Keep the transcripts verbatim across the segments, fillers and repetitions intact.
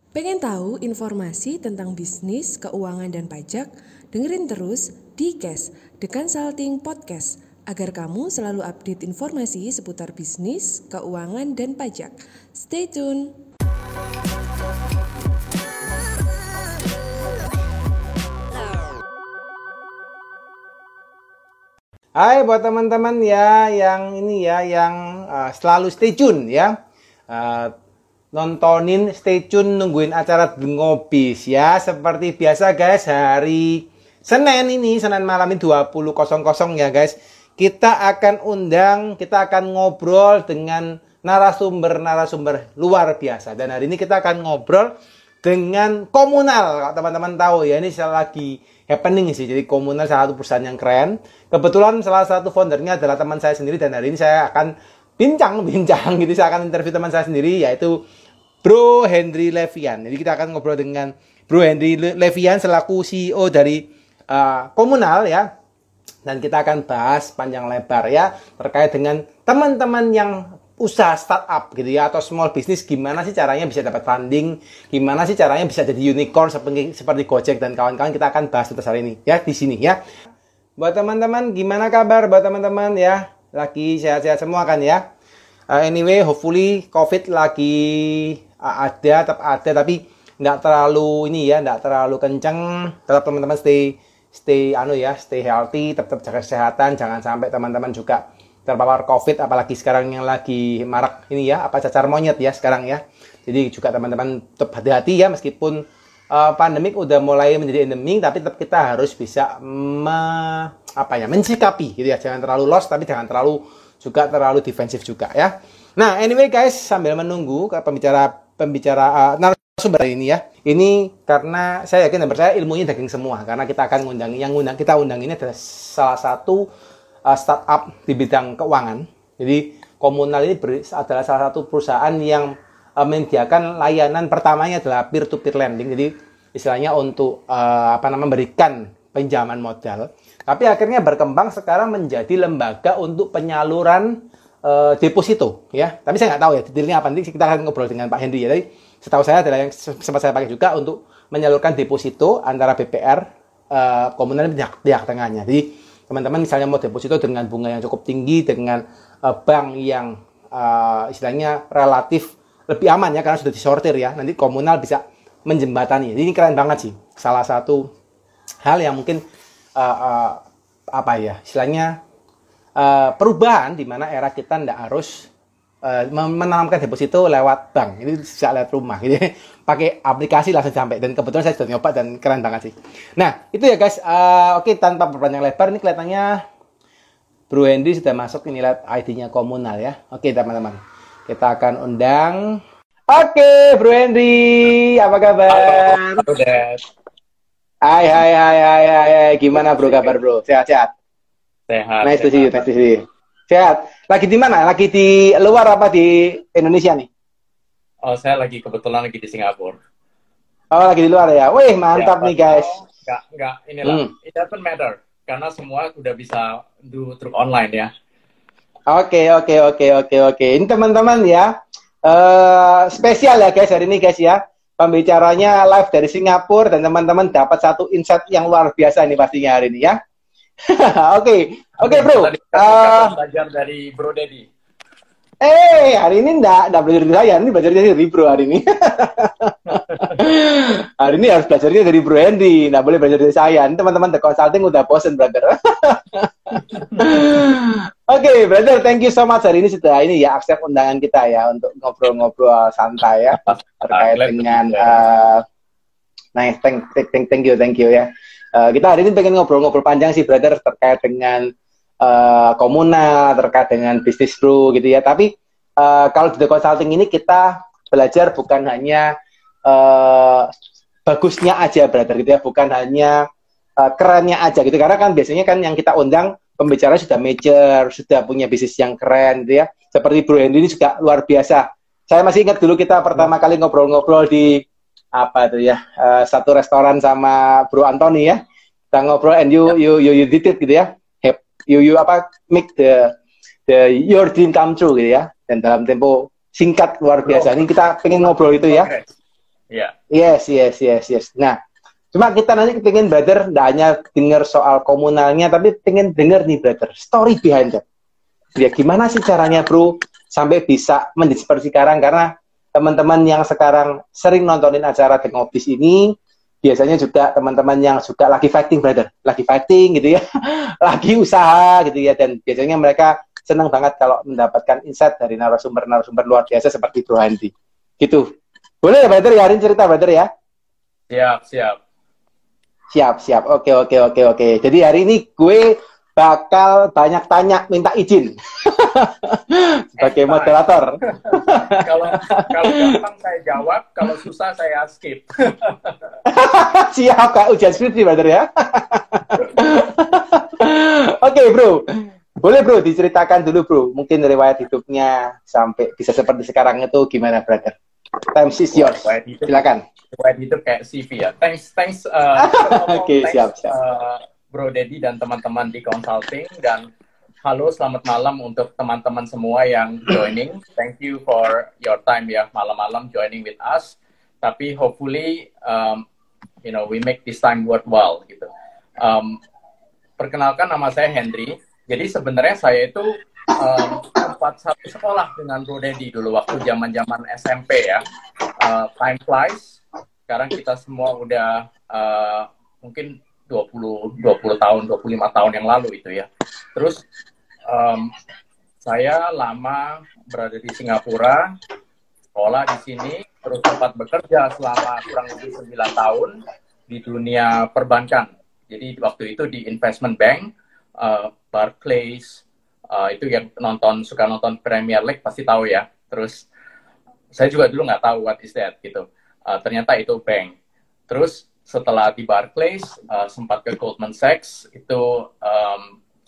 Pengen tahu informasi tentang bisnis, keuangan, dan pajak? Dengerin terus di Cash, The Consulting Podcast, agar kamu selalu update informasi seputar bisnis, keuangan, dan pajak. Stay tune! Hai buat teman-teman ya yang ini ya yang uh, selalu stay tune ya. Uh, nontonin, stay tune, nungguin acara Ngobis ya. Seperti biasa guys, hari Senin ini, Senin malam ini dua puluh ya guys. Kita akan undang, kita akan ngobrol dengan narasumber-narasumber luar biasa. Dan hari ini kita akan ngobrol dengan Komunal. Kalau teman-teman tahu ya, ini lagi happening sih. Jadi Komunal salah satu perusahaan yang keren. Kebetulan salah satu foundernya adalah teman saya sendiri. Dan hari ini saya akan bincang-bincang gitu. Saya akan interview teman saya sendiri, yaitu Bro Henry Levian. Jadi kita akan ngobrol dengan Bro Henry Levian selaku C E O dari uh, Komunal ya. Dan kita akan bahas panjang lebar ya terkait dengan teman-teman yang usaha startup gitu ya, atau small business, gimana sih caranya bisa dapat funding, gimana sih caranya bisa jadi unicorn seperti seperti Gojek dan kawan-kawan. Kita akan bahas tuntas hari ini ya di sini ya. Buat teman-teman, gimana kabar buat teman-teman ya? Lagi sehat-sehat semua kan ya? Uh, anyway, hopefully COVID lagi uh, ada, tetap ada, tapi nggak terlalu ini ya, nggak terlalu kenceng. Tetap teman-teman stay stay anu ya, stay healthy, tetap jaga kesehatan, jangan sampai teman-teman juga terpapar COVID, apalagi sekarang yang lagi marak ini ya, apa cacar monyet ya sekarang ya. Jadi juga teman-teman tetap hati-hati ya, meskipun uh, pandemik udah mulai menjadi endemik, tapi tetap kita harus bisa me, apa ya, mensikapi gitu ya. Jangan terlalu lost, tapi jangan terlalu juga terlalu defensif juga ya. Nah, anyway guys, sambil menunggu ke pembicara pembicara uh, narasumber ini ya. Ini karena saya yakin dan percaya ilmunya daging semua, karena kita akan ngundang yang ngundang kita undang ini adalah salah satu Uh, startup di bidang keuangan. Jadi Komunal ini ber, adalah salah satu perusahaan yang uh, menyediakan layanan pertamanya adalah peer-to-peer lending. Jadi istilahnya untuk uh, apa namanya memberikan pinjaman modal. Tapi akhirnya berkembang sekarang menjadi lembaga untuk penyaluran uh, deposito ya. Tapi saya nggak tahu ya detailnya apa, nanti kita akan ngobrol dengan Pak Henry ya. Jadi setahu saya adalah yang sempat saya pakai juga untuk menyalurkan deposito antara B P R uh, Komunal di pihak tengahnya. Jadi teman-teman misalnya mau deposito dengan bunga yang cukup tinggi, dengan uh, bank yang uh, istilahnya relatif lebih aman ya, karena sudah disortir ya, nanti Komunal bisa menjembatani. Jadi ini keren banget sih, salah satu hal yang mungkin uh, uh, apa ya istilahnya uh, perubahan di mana era kita tidak harus uh, menanamkan deposito lewat bank, ini bisa lewat rumah gitu. Pakai aplikasi langsung sampai, dan kebetulan saya sudah nyoba dan keren banget sih. Nah itu ya guys, uh, oke okay, tanpa berpanjang lebar, ini kelihatannya Bro Henry sudah masuk, ini lihat I D-nya Komunal ya. Oke okay, teman-teman, kita akan undang. Oke okay, Bro Henry, apa kabar? Halo, halo Dad. Hai hai hai hai hai, gimana bro kabar bro? Sehat-sehat? Sehat. Nice to see you, nice to see you. Sehat. Lagi di mana? Lagi di luar apa di Indonesia nih? Oh, saya lagi kebetulan lagi di Singapura. Oh, lagi di luar ya. Wih, mantap ya, nih guys. Enggak, enggak, inilah. Hmm. It doesn't matter. Karena semua udah bisa do through online ya. Oke, oke, oke, oke, oke. Ini teman-teman ya. Uh, spesial ya guys hari ini guys ya. Pembicaranya live dari Singapura, dan teman-teman dapat satu insight yang luar biasa ini pastinya hari ini ya. Oke, oke bro. Tadi uh, belajar dari Bro Dedi. Eh, hari ini enggak, enggak belajar dari saya, ini belajar dari Bro hari ini. Hari ini harus belajarnya dari Bro Henry, enggak boleh belajar dari saya. Ini teman-teman The Consulting udah bosen, brother. Oke, okay, brother, thank you so much hari ini sudah ini ya accept undangan kita ya untuk ngobrol-ngobrol santai ya terkait dengan uh, nice, thank, thank, thank you, thank you ya. Uh, kita hari ini pengen ngobrol-ngobrol panjang sih, brother, terkait dengan Uh, Komunal, terkait dengan bisnis bro gitu ya. Tapi uh, kalau di The Consulting ini kita belajar bukan hanya uh, bagusnya aja brother gitu ya, bukan hanya uh, kerennya aja gitu, karena kan biasanya kan yang kita undang pembicara sudah major, sudah punya bisnis yang keren gitu ya. Seperti Bro Henry ini juga luar biasa. Saya masih ingat dulu kita pertama kali ngobrol-ngobrol di apa tuh ya, uh, satu restoran sama Bro Anthony ya. Kita ngobrol and you you you, you did it gitu ya. You, you apa make the the your dream come true gitu ya, dan dalam tempo singkat luar biasa. Ini kita pengen ngobrol itu ya. Iya. Yes, yes, yes, yes. Nah, cuma kita nanti pengen brother, tidak hanya dengar soal komunalnya, tapi pengen dengar nih brother, story behind that. Ya gimana sih caranya bro, sampai bisa menjadi seperti sekarang, karena teman-teman yang sekarang sering nontonin acara The Ngobis ini, biasanya juga teman-teman yang juga lagi fighting brother, lagi fighting gitu ya, lagi usaha gitu ya, dan biasanya mereka senang banget kalau mendapatkan insight dari narasumber-narasumber luar biasa seperti Bro Handi. Gitu. Boleh ya brother ya, hari ini cerita brother ya? Siap, siap. Siap, siap. Oke, oke, oke, oke. Jadi hari ini gue bakal banyak tanya, minta izin. Sebagai moderator. Kalau kalau gampang saya jawab, kalau susah saya skip. Siap, Kak. Ujian skripsi, brother ya. Oke, bro. Boleh, bro, diceritakan dulu, bro. Mungkin riwayat hidupnya sampai bisa seperti sekarang itu gimana, brother? Time is yours. Silakan. Riwayat hidup kayak C V ya. Thanks, thanks. Uh, Oke, okay, siap, siap. Uh, Bro Dedi dan teman-teman di consulting, dan halo, selamat malam untuk teman-teman semua yang joining. Thank you for your time ya, malam-malam joining with us. Tapi hopefully, um, you know, we make this time worthwhile gitu. Um, perkenalkan, nama saya Henry. Jadi sebenarnya saya itu um, sempat satu sekolah dengan Bro Dedi dulu waktu zaman-zaman S M P ya. Uh, time flies. Sekarang kita semua udah uh, mungkin dua puluh tahun, dua puluh lima tahun yang lalu itu ya. Terus um, saya lama berada di Singapura, sekolah di sini, terus sempat bekerja selama kurang lebih sembilan tahun di dunia perbankan. Jadi waktu itu di investment bank, uh, Barclays, uh, itu yang nonton suka nonton Premier League pasti tahu ya. Terus saya juga dulu nggak tahu what is that gitu. Uh, ternyata itu bank. Terus setelah di Barclays, uh, sempat ke Goldman Sachs, itu um,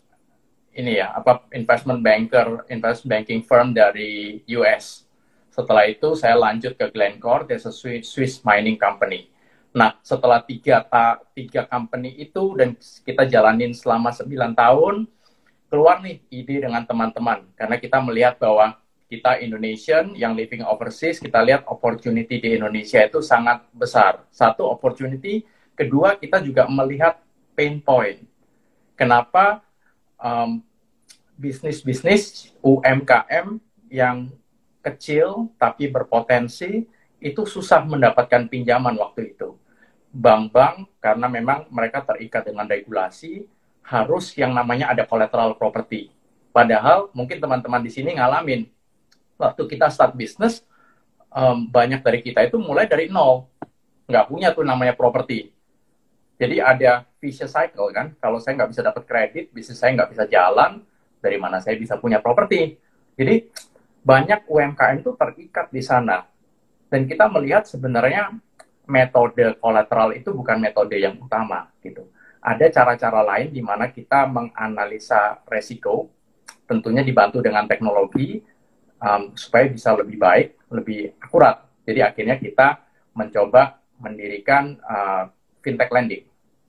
ini ya, apa investment banker, investment banking firm dari U S. Setelah itu saya lanjut ke Glencore, there's a Swiss mining company. Nah, setelah tiga, ta, tiga company itu dan kita jalanin selama sembilan tahun, keluar nih ide dengan teman-teman. Karena kita melihat bahwa kita Indonesian yang living overseas, kita lihat opportunity di Indonesia itu sangat besar. Satu, opportunity. Kedua, kita juga melihat pain point. Kenapa um, bisnis-bisnis U M K M yang kecil tapi berpotensi itu susah mendapatkan pinjaman waktu itu. Bank-bank, karena memang mereka terikat dengan regulasi, harus yang namanya ada collateral property. Padahal mungkin teman-teman di sini ngalamin, waktu kita start bisnis, um, banyak dari kita itu mulai dari nol. Nggak punya tuh namanya properti. Jadi ada vicious cycle kan. Kalau saya nggak bisa dapat kredit, bisnis saya nggak bisa jalan, dari mana saya bisa punya properti. Jadi banyak U M K M itu terikat di sana. Dan kita melihat sebenarnya metode kolateral itu bukan metode yang utama. gitu. Ada cara-cara lain di mana kita menganalisa resiko, tentunya dibantu dengan teknologi, Um, supaya bisa lebih baik, lebih akurat. Jadi akhirnya kita mencoba mendirikan uh, fintech lending.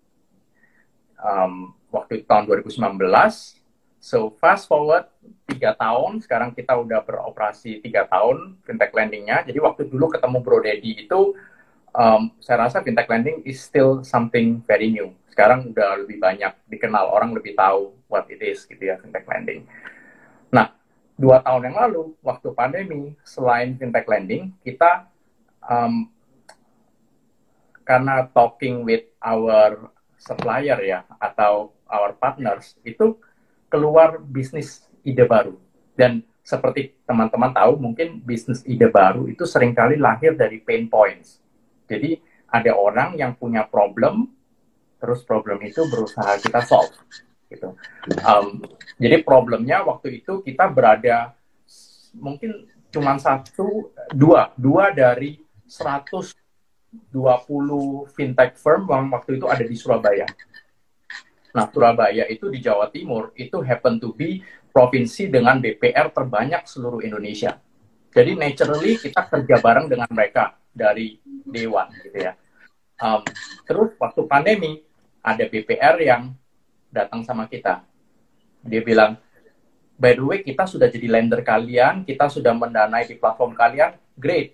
Um, waktu tahun dua ribu sembilan belas, so fast forward tiga tahun, sekarang kita udah beroperasi tiga tahun fintech lendingnya. Jadi waktu dulu ketemu Bro Dedi itu, um, saya rasa fintech lending is still something very new. Sekarang udah lebih banyak dikenal, orang lebih tahu what it is gitu ya, fintech lending. Nah, dua tahun yang lalu, waktu pandemi, selain fintech lending, kita um, karena talking with our supplier ya, atau our partners, itu keluar bisnis ide baru. Dan seperti teman-teman tahu, mungkin bisnis ide baru itu seringkali lahir dari pain points. Jadi ada orang yang punya problem, terus problem itu berusaha kita solve. Gitu. Um, jadi problemnya waktu itu kita berada mungkin cuma satu, dua, dua dari seratus dua puluh fintech firm yang waktu itu ada di Surabaya. Nah, Surabaya itu di Jawa Timur, itu happen to be provinsi dengan B P R terbanyak seluruh Indonesia. Jadi naturally kita kerja bareng dengan mereka dari day one, gitu ya. Um, terus waktu pandemi ada B P R yang datang sama kita. Dia bilang, by the way, kita sudah jadi lender kalian, kita sudah mendanai di platform kalian, great.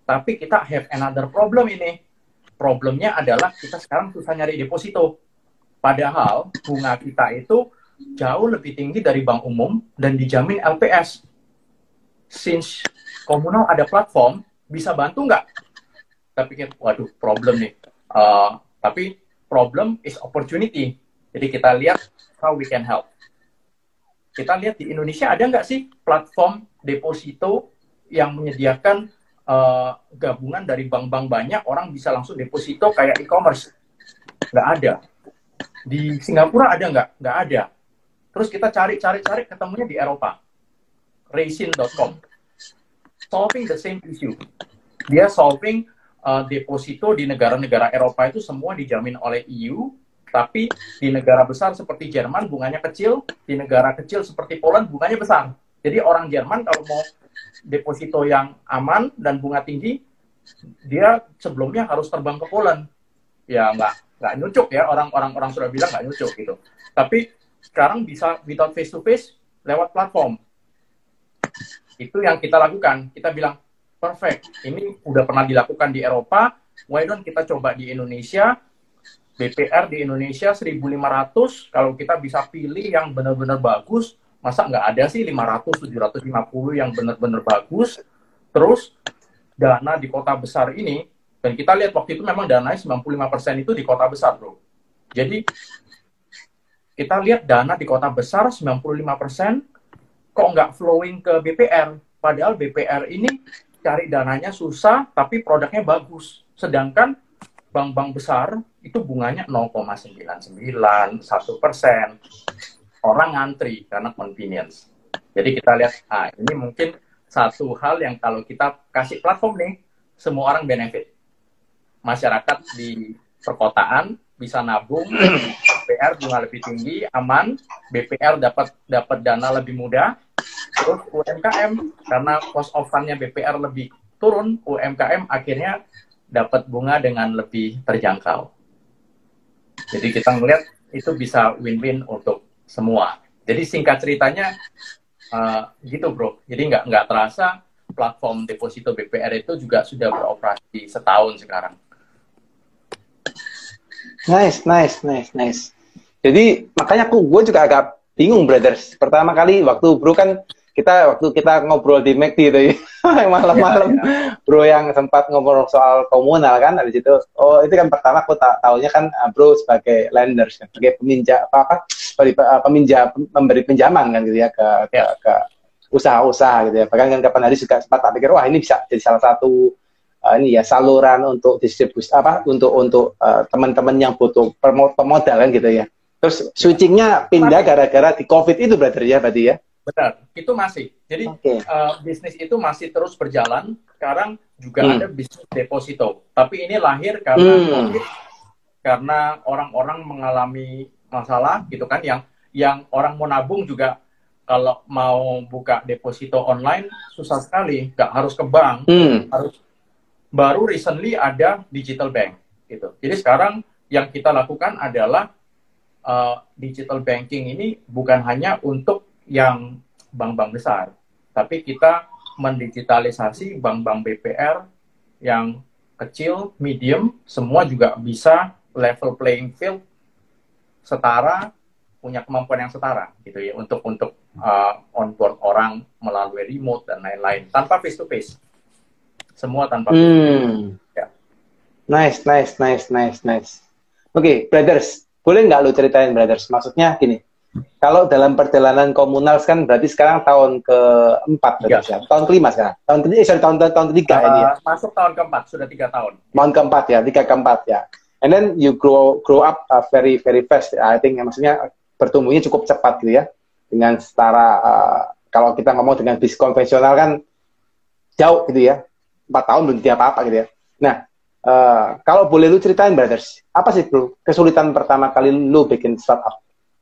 Tapi kita have another problem ini. Problemnya adalah kita sekarang susah nyari deposito. Padahal bunga kita itu jauh lebih tinggi dari bank umum dan dijamin L P S. Since komunal ada platform, bisa bantu nggak? Kita pikir, waduh, problem nih. Uh, tapi problem is opportunity. Jadi kita lihat how we can help. Kita lihat di Indonesia ada nggak sih platform deposito yang menyediakan uh, gabungan dari bank-bank banyak, orang bisa langsung deposito kayak e-commerce? Nggak ada. Di Singapura ada nggak? Nggak ada. Terus kita cari-cari-cari, ketemunya di Eropa. Raisin dot com. Solving the same issue. Dia solving uh, deposito di negara-negara Eropa itu semua dijamin oleh E U, tapi di negara besar seperti Jerman bunganya kecil, di negara kecil seperti Poland bunganya besar. Jadi orang Jerman kalau mau deposito yang aman dan bunga tinggi, dia sebelumnya harus terbang ke Poland. Ya nggak nggak nyucuk ya, orang-orang orang sudah bilang nggak nyucuk gitu. Tapi sekarang bisa without face to face lewat platform. Itu yang kita lakukan. Kita bilang perfect. Ini udah pernah dilakukan di Eropa. Why don't kita coba di Indonesia? B P R di Indonesia seribu lima ratus. Kalau kita bisa pilih yang benar-benar bagus, masa nggak ada sih lima ratus, tujuh ratus lima puluh yang benar-benar bagus. Terus dana di kota besar ini, dan kita lihat waktu itu memang dananya sembilan puluh lima persen itu di kota besar, bro. Jadi kita lihat dana di kota besar sembilan puluh lima persen kok nggak flowing ke B P R. Padahal B P R ini cari dananya susah, tapi produknya bagus. Sedangkan bank-bank besar itu bunganya nol koma sembilan sembilan, satu persen. Orang ngantri karena convenience. Jadi kita lihat, ah ini mungkin satu hal yang kalau kita kasih platform nih, semua orang benefit. Masyarakat di perkotaan bisa nabung, B P R bunga lebih tinggi, aman, B P R dapat dapat dana lebih mudah. Terus U M K M, karena cost of fund-nya B P R lebih turun, U M K M akhirnya dapat bunga dengan lebih terjangkau. Jadi kita ngelihat itu bisa win-win untuk semua. Jadi singkat ceritanya uh, gitu bro. Jadi nggak nggak terasa platform deposito B P R itu juga sudah beroperasi setahun sekarang. Nice, nice, nice, nice. Jadi makanya aku gue juga agak bingung, brothers. Pertama kali waktu bro kan kita waktu kita ngobrol di M A C D itu ya, malam-malam, ya, ya. Bro yang sempat ngobrol soal komunal kan, habis itu, oh itu kan pertama aku tak tahunya kan bro sebagai lenders, sebagai peminjam apa apa peminjam memberi pinjaman kan gitu ya ke ke, ke usaha-usaha gitu ya. Bahkan kan kapan hari juga sempat tak pikir wah ini bisa jadi salah satu uh, ini ya saluran untuk distribusi apa untuk untuk uh, teman-teman yang butuh pemodal kan gitu ya. Terus switchingnya pindah gara-gara di COVID itu brother ya berarti ya. Benar, itu masih. Jadi okay. uh, bisnis itu masih terus berjalan. Sekarang juga hmm. ada bisnis deposito. Tapi ini lahir karena hmm. COVID, karena orang-orang mengalami masalah gitu kan, yang yang orang mau nabung juga kalau mau buka deposito online susah sekali, nggak harus ke bank, hmm. harus baru recently ada digital bank gitu. Jadi sekarang yang kita lakukan adalah uh, digital banking ini bukan hanya untuk yang bank-bank besar, tapi kita mendigitalisasi bank-bank B P R yang kecil, medium, semua juga bisa level playing field, setara, punya kemampuan yang setara, gitu ya, untuk untuk uh, onboard orang melalui remote dan lain-lain, tanpa face to face, semua tanpa face to face. Hmm. Ya. Nice, nice, nice, nice, nice. Oke, okay, brothers, boleh nggak lu ceritain brothers? Maksudnya gini. Kalau dalam perjalanan komunal kan berarti sekarang tahun keempat berarti ya. Tahun kelima sekarang. Tahun ketiga, eh, sorry, tahun, tahun ketiga uh, ini ya. Masuk tahun keempat, sudah tiga tahun. Tahun keempat ya, tiga keempat ya. And then you grow grow up uh, very very fast. I think ya, maksudnya bertumbuhnya cukup cepat gitu ya. Dengan setara uh, kalau kita ngomong dengan bisnis konvensional kan jauh gitu ya. Empat tahun belum jadi apa-apa gitu ya. Nah, uh, kalau boleh lu ceritain brothers, apa sih bro kesulitan pertama kali lu bikin startup?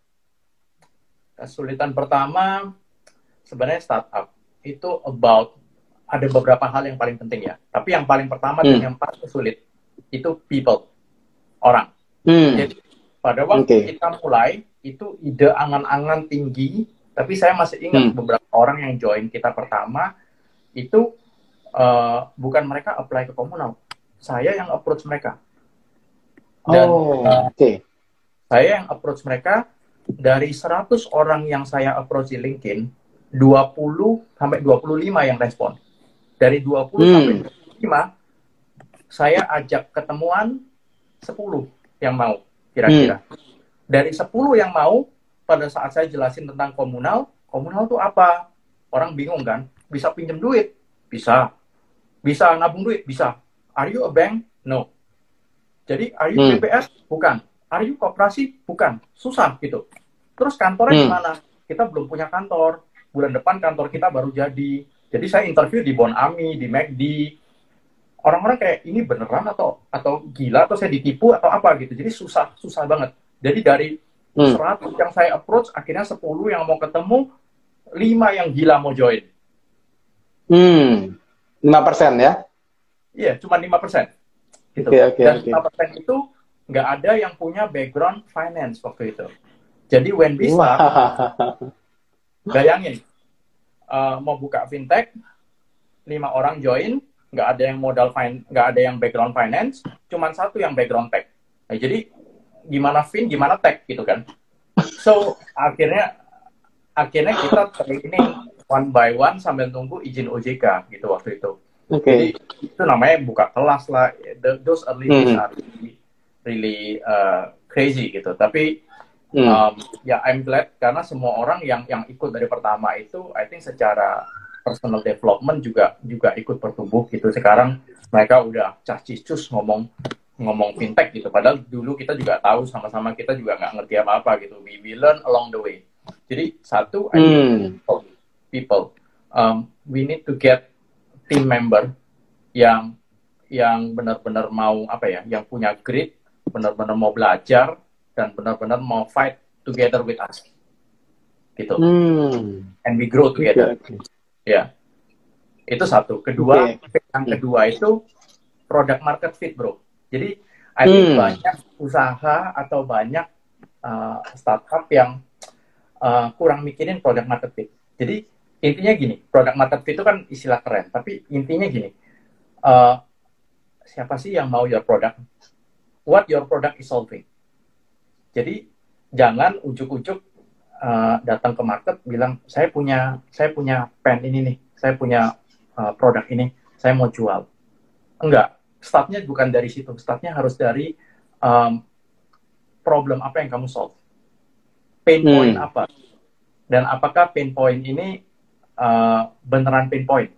Kesulitan pertama sebenarnya startup itu about ada beberapa hal yang paling penting ya. Tapi yang paling pertama hmm. dan yang paling sulit itu people, orang. Hmm. Jadi pada waktu okay. kita mulai itu ide angan-angan tinggi. Tapi saya masih ingat hmm. beberapa orang yang join kita pertama itu uh, bukan mereka apply ke komunal, saya yang approach mereka. Dan Oh, uh, oke. Okay. saya yang approach mereka. Dari seratus orang yang saya approach di LinkedIn, dua puluh sampai dua puluh lima yang respon. Dari dua puluh Hmm. sampai dua puluh lima, saya ajak ketemuan sepuluh yang mau, kira-kira. Hmm. Dari sepuluh yang mau, pada saat saya jelasin tentang komunal, komunal itu apa? Orang bingung kan? Bisa pinjam duit? Bisa. Bisa nabung duit? Bisa. Are you a bank? No. Jadi, are you Hmm. B P S? Bukan. Are you koperasi? Bukan. Susah gitu. Terus kantornya Hmm. gimana? Kita belum punya kantor. Bulan depan kantor kita baru jadi. Jadi saya interview di Bonami, di McD. Orang-orang kayak ini beneran atau atau gila atau saya ditipu atau apa gitu. Jadi susah, susah banget. Jadi dari Hmm. seratus yang saya approach, akhirnya sepuluh yang mau ketemu, lima yang gila mau join. Hmm. lima persen ya? Iya, cuma lima persen. Gitu. Oke, oke, Dan oke. lima persen itu nggak ada yang punya background finance waktu itu. Jadi when we start, bayangin, uh, mau buka fintech, lima orang join, nggak ada yang modal fin, nggak ada yang background finance, cuman satu yang background tech. Nah, jadi gimana fin, gimana tech gitu kan? So akhirnya akhirnya kita training one by one sambil tunggu izin O J K gitu waktu itu. Oke. Jadi itu namanya buka kelas lah. The, those early days Hmm. are really, really uh, crazy gitu. Tapi Hmm. um, ya I'm glad karena semua orang yang yang ikut dari pertama itu, I think secara personal development juga juga ikut bertumbuh gitu. Sekarang mereka udah cacicus ngomong ngomong fintech gitu. Padahal dulu kita juga tahu sama-sama kita juga nggak ngerti apa-apa gitu. We, we learn along the way. Jadi satu, I think Hmm. people, people um, we need to get team member yang yang benar-benar mau apa ya, yang punya grit, benar-benar mau belajar dan benar-benar mau fight together with us, gitu. Hmm. And we grow together. Okay, okay. Ya, itu satu. Kedua, Okay. yang kedua itu product market fit, bro. Jadi, I think Hmm. banyak usaha atau banyak uh, startup yang uh, kurang mikirin product market fit. Jadi intinya gini, product market fit itu kan istilah keren, tapi intinya gini, uh, siapa sih yang mau your product? What your product is solving? Jadi jangan ujuk-ujuk uh, datang ke market bilang saya punya saya punya pen ini nih, saya punya uh, produk ini, saya mau jual. Enggak, startnya bukan dari situ, startnya harus dari um, problem apa yang kamu solve, pain point Hmm. apa, dan apakah pain point ini Uh, beneran pain point.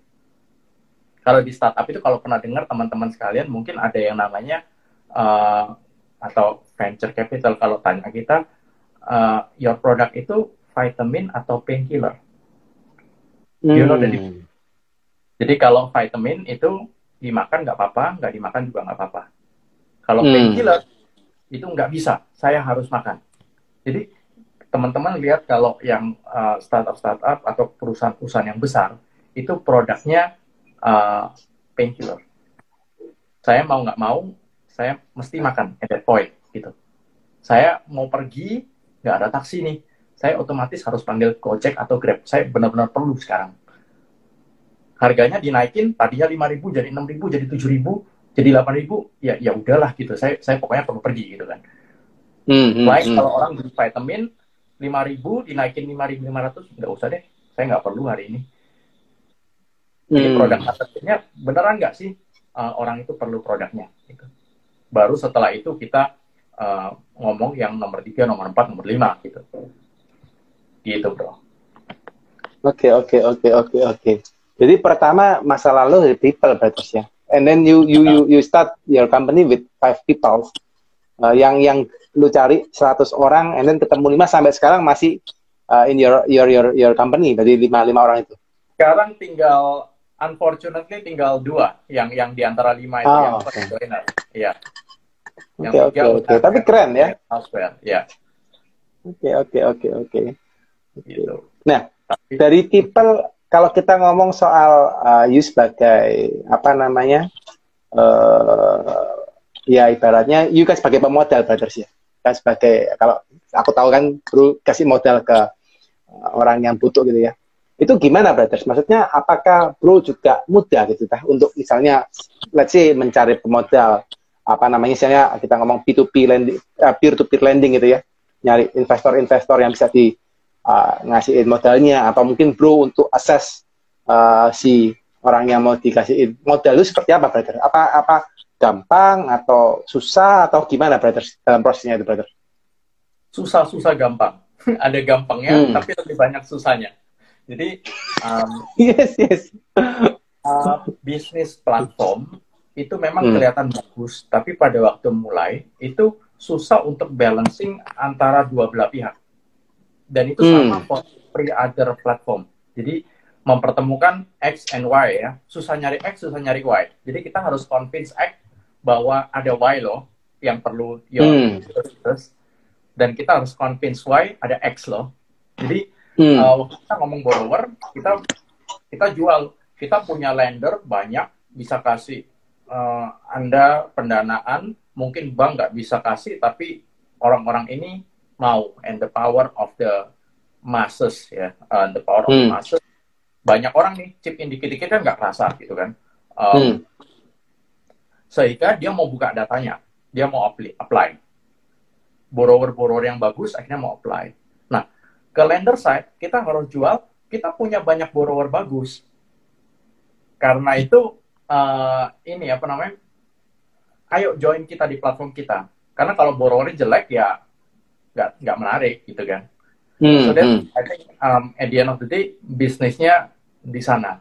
Kalau di startup itu kalau pernah dengar teman-teman sekalian mungkin ada yang namanya uh, atau venture capital kalau tanya kita uh, your product itu vitamin atau painkiller. You know the difference. Jadi kalau vitamin itu dimakan nggak apa-apa, nggak dimakan juga nggak apa-apa. Kalau Hmm. painkiller itu nggak bisa, saya harus makan. Jadi teman-teman lihat kalau yang uh, startup-startup atau perusahaan-perusahaan yang besar itu produknya uh, painkiller. Saya mau nggak mau, saya mesti makan at that point gitu. Saya mau pergi, nggak ada taksi nih, saya otomatis harus panggil Gojek atau Grab. Saya benar-benar perlu sekarang. Harganya dinaikin, tadinya lima ribu jadi enam ribu, jadi tujuh ribu, jadi delapan ribu, ya ya udahlah gitu. Saya saya pokoknya perlu pergi gitu kan. Hmm. Lain Hmm. kalau orang beli vitamin lima ribu dinaikin lima ribu lima ratus, nggak usah deh, saya nggak perlu hari ini. Jadi Hmm. produk marketingnya beneran nggak sih uh, orang itu perlu produknya gitu. Baru setelah itu kita uh, ngomong yang nomor tiga, nomor empat, nomor lima gitu. Gitu bro. Oke, oke, oke, oke, oke. Jadi pertama masa lalu dari people berarti ya. And then you you you you start your company with five people. Uh, yang yang lu cari seratus orang and then ketemu lima sampai sekarang masih uh, in your your your your company berarti lima lima orang itu. Sekarang tinggal unfortunately tinggal dua yang yang di antara lima itu Oh, yang oke. first joiner. Iya. Yang Oke, tiga oke, udah oke. Tapi keren ya. elsewhere. Ya, Oke, oke, oke, oke. gitu. Nah, Tapi dari people kalau kita ngomong soal uh, you sebagai apa namanya uh, ya ibaratnya you kan sebagai pemodal brothers ya, kan sebagai kalau aku tahu kan bro kasih modal ke uh, orang yang butuh gitu ya. Itu gimana, Brothers? Maksudnya apakah Bro juga mudah gitu tah untuk misalnya let's say mencari pemodal apa namanya misalnya kita ngomong P to P lending, uh, peer to peer lending gitu ya. Nyari investor-investor yang bisa di uh, ngasihin modalnya atau mungkin Bro untuk assess uh, si orang yang mau dikasihin modal itu seperti apa, Brother? Apa apa gampang atau susah atau gimana, Brothers, dalam prosesnya itu, Brother? Susah-susah gampang. Ada gampangnya, Hmm. tapi lebih banyak susahnya. Jadi, um, Yes, yes. uh, bisnis platform itu memang Hmm. kelihatan bagus, tapi pada waktu mulai, itu susah untuk balancing antara dua belah pihak. Dan itu sama Hmm. for every other platform. Jadi, mempertemukan X and Y ya. Susah nyari X, susah nyari Y. Jadi, kita harus convince X bahwa ada Y loh yang perlu your Hmm. services. Dan kita harus convince Y ada X loh. Jadi, Hmm. uh, waktu kita ngomong borrower, kita kita jual. Kita punya lender banyak, bisa kasih uh, Anda pendanaan, mungkin bank nggak bisa kasih, tapi orang-orang ini mau. And the power of the masses, ya, uh, the power of the Hmm. masses. Banyak orang nih, chip in dikit-dikit kan nggak kerasa, gitu kan. Um, Hmm. Sehingga dia mau buka datanya, dia mau apply. Borrower-borrower yang bagus, akhirnya mau apply. Nah, ke lender side, kita harus jual, kita punya banyak borrower bagus. Karena itu, uh, ini apa namanya, ayo join kita di platform kita. Karena kalau borrowernya jelek, ya nggak nggak menarik, gitu kan. Hmm. So that, Hmm. I think, um, at the end of the day, bisnisnya di sana.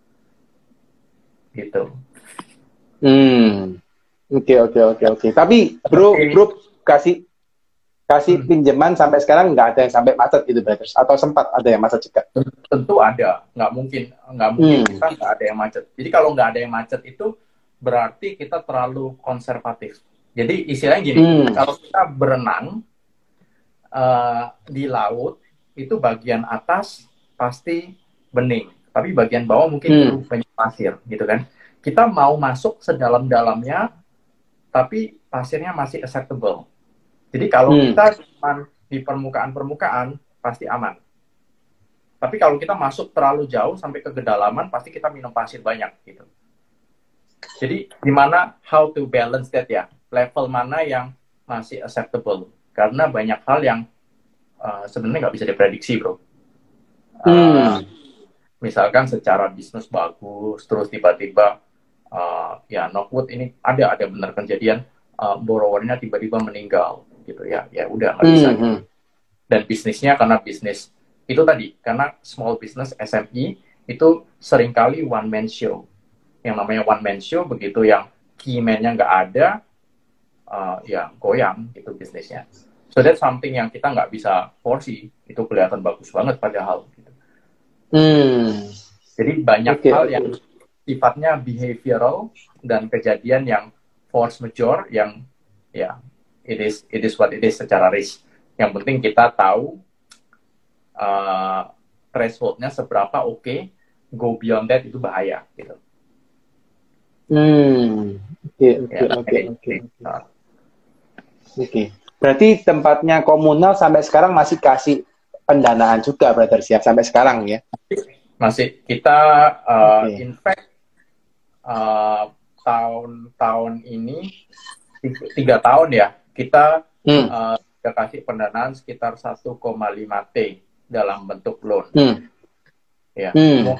Gitu. Hmm. Oke, oke, oke, oke. Tapi Bro, Oke. Bro kasih kasih Hmm. pinjaman sampai sekarang nggak ada yang sampai macet gitu, Brothers? Atau sempat ada yang macet juga? Tentu ada, nggak mungkin nggak mungkin Hmm. kita nggak ada yang macet. Jadi kalau nggak ada yang macet itu berarti kita terlalu konservatif. Jadi istilahnya gini, Hmm. kalau kita berenang uh, di laut itu bagian atas pasti bening, tapi bagian bawah mungkin Hmm. itu banyak pasir, gitu kan? Kita mau masuk sedalam-dalamnya, tapi pasirnya masih acceptable. Jadi kalau Hmm. kita cuma di permukaan-permukaan pasti aman. Tapi kalau kita masuk terlalu jauh sampai ke kedalaman, pasti kita minum pasir banyak gitu. Jadi gimana how to balance that ya? Level mana yang masih acceptable? Karena banyak hal yang uh, sebenarnya nggak bisa diprediksi, bro. Uh, Hmm. Misalkan secara bisnis bagus, terus tiba-tiba uh, ya knock wood ini ada ada benar kejadian uh, borrowernya tiba-tiba meninggal gitu ya, ya udah nggak bisa. Hmm. Gitu. Hmm. Dan bisnisnya karena bisnis itu tadi, karena small business S M E itu seringkali one man show. Yang namanya one man show, begitu yang key man-nya nggak ada, uh, ya goyang itu bisnisnya. So that's something yang kita nggak bisa foresee, itu kelihatan bagus banget padahal. Gitu. Hmm. Jadi banyak Oke, hal oke. yang sifatnya behavioral dan kejadian yang force majeure yang ya it is it is what it is secara risk. Yang penting kita tahu uh, thresholdnya seberapa oke, okay, go beyond that itu bahaya gitu. Hmm. Oke, oke, Ya, oke, ini- oke. nah, Oke. Berarti tempatnya komunal sampai sekarang masih kasih pendanaan juga, Brothers ya, sampai sekarang ya. masih kita uh, Oke. in fact uh, tahun-tahun ini tiga, tiga tahun ya kita Hmm. uh, kita kasih pendanaan sekitar satu koma lima T dalam bentuk loan. Hmm. Ya, Hmm.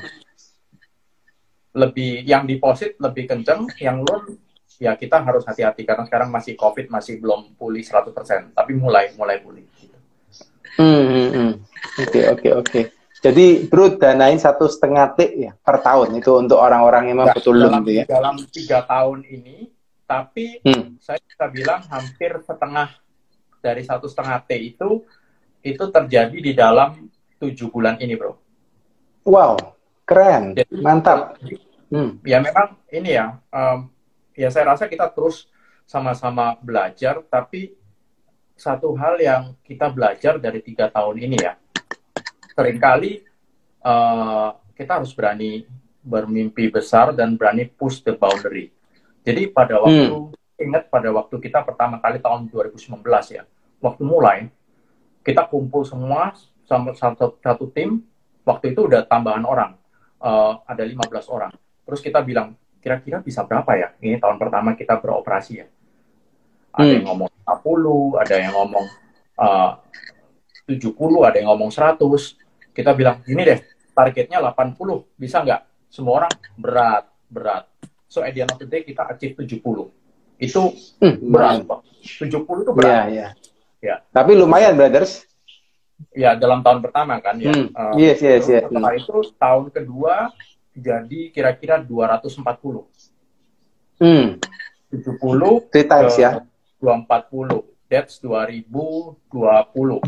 lebih yang deposit lebih kenceng, yang loan ya kita harus hati-hati karena sekarang masih COVID, masih belum pulih seratus persen, tapi mulai mulai pulih. Gitu. Hmm, hmm, hmm. Oke, oke, oke. Jadi, Bro, danain satu setengah T ya per tahun itu untuk orang-orang yang Nah, betul dalam, gitu ya. dalam tiga tahun ini, tapi Hmm. saya bisa bilang hampir setengah dari satu setengah T itu itu terjadi di dalam tujuh bulan ini, bro. Wow, keren, Jadi, mantap. jadi, Hmm. ya memang ini ya, um, ya saya rasa kita terus sama-sama belajar, tapi satu hal yang kita belajar dari tiga tahun ini ya, seringkali uh, kita harus berani bermimpi besar dan berani push the boundary. Jadi pada waktu, hmm. ingat pada waktu kita pertama kali tahun dua ribu sembilan belas ya, waktu mulai, kita kumpul semua sama satu, satu tim, waktu itu udah tambahan orang, uh, ada lima belas orang. Terus kita bilang, kira-kira bisa berapa ya? Ini tahun pertama kita beroperasi ya. Ada Hmm. yang ngomong lima puluh, ada yang ngomong uh, tujuh puluh, ada yang ngomong seratus. Kita bilang, gini deh, targetnya delapan puluh, bisa nggak? Semua orang berat, berat. So at the end of the day kita achieve tujuh puluh. Itu Hmm, berat, Pak. tujuh puluh itu berat. Iya, iya. Ya. Tapi lumayan, brothers. Ya, dalam tahun pertama kan ya. Hmm. Uh, Yes, yes, terus yes. setelah itu tahun kedua jadi kira-kira dua ratus empat puluh. Hmm. tujuh puluh Three times ke ya. dua ratus empat puluh. That's dua ribu dua puluh.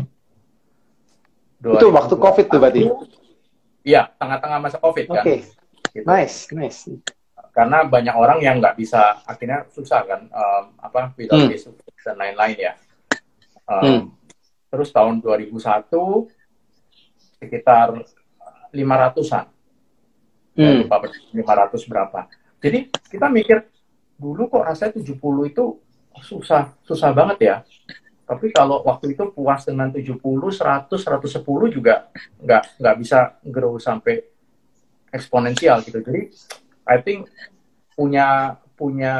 Itu waktu COVID tuh berarti? Iya, tengah-tengah masa COVID kan. Oke. Gitu. Nice, nice. Karena banyak orang yang nggak bisa, akhirnya susah kan, um, apa, without Hmm. Facebook dan lain-lain ya. Um, Hmm. Terus tahun dua ribu satu sekitar lima ratusan. Hmm. Lupa lima ratus berapa. Jadi kita mikir, dulu kok rasanya tujuh puluh itu susah, susah banget ya. Tapi kalau waktu itu puas dengan tujuh puluh, seratus, seratus sepuluh juga nggak nggak bisa grow sampai eksponensial gitu. Jadi I think punya punya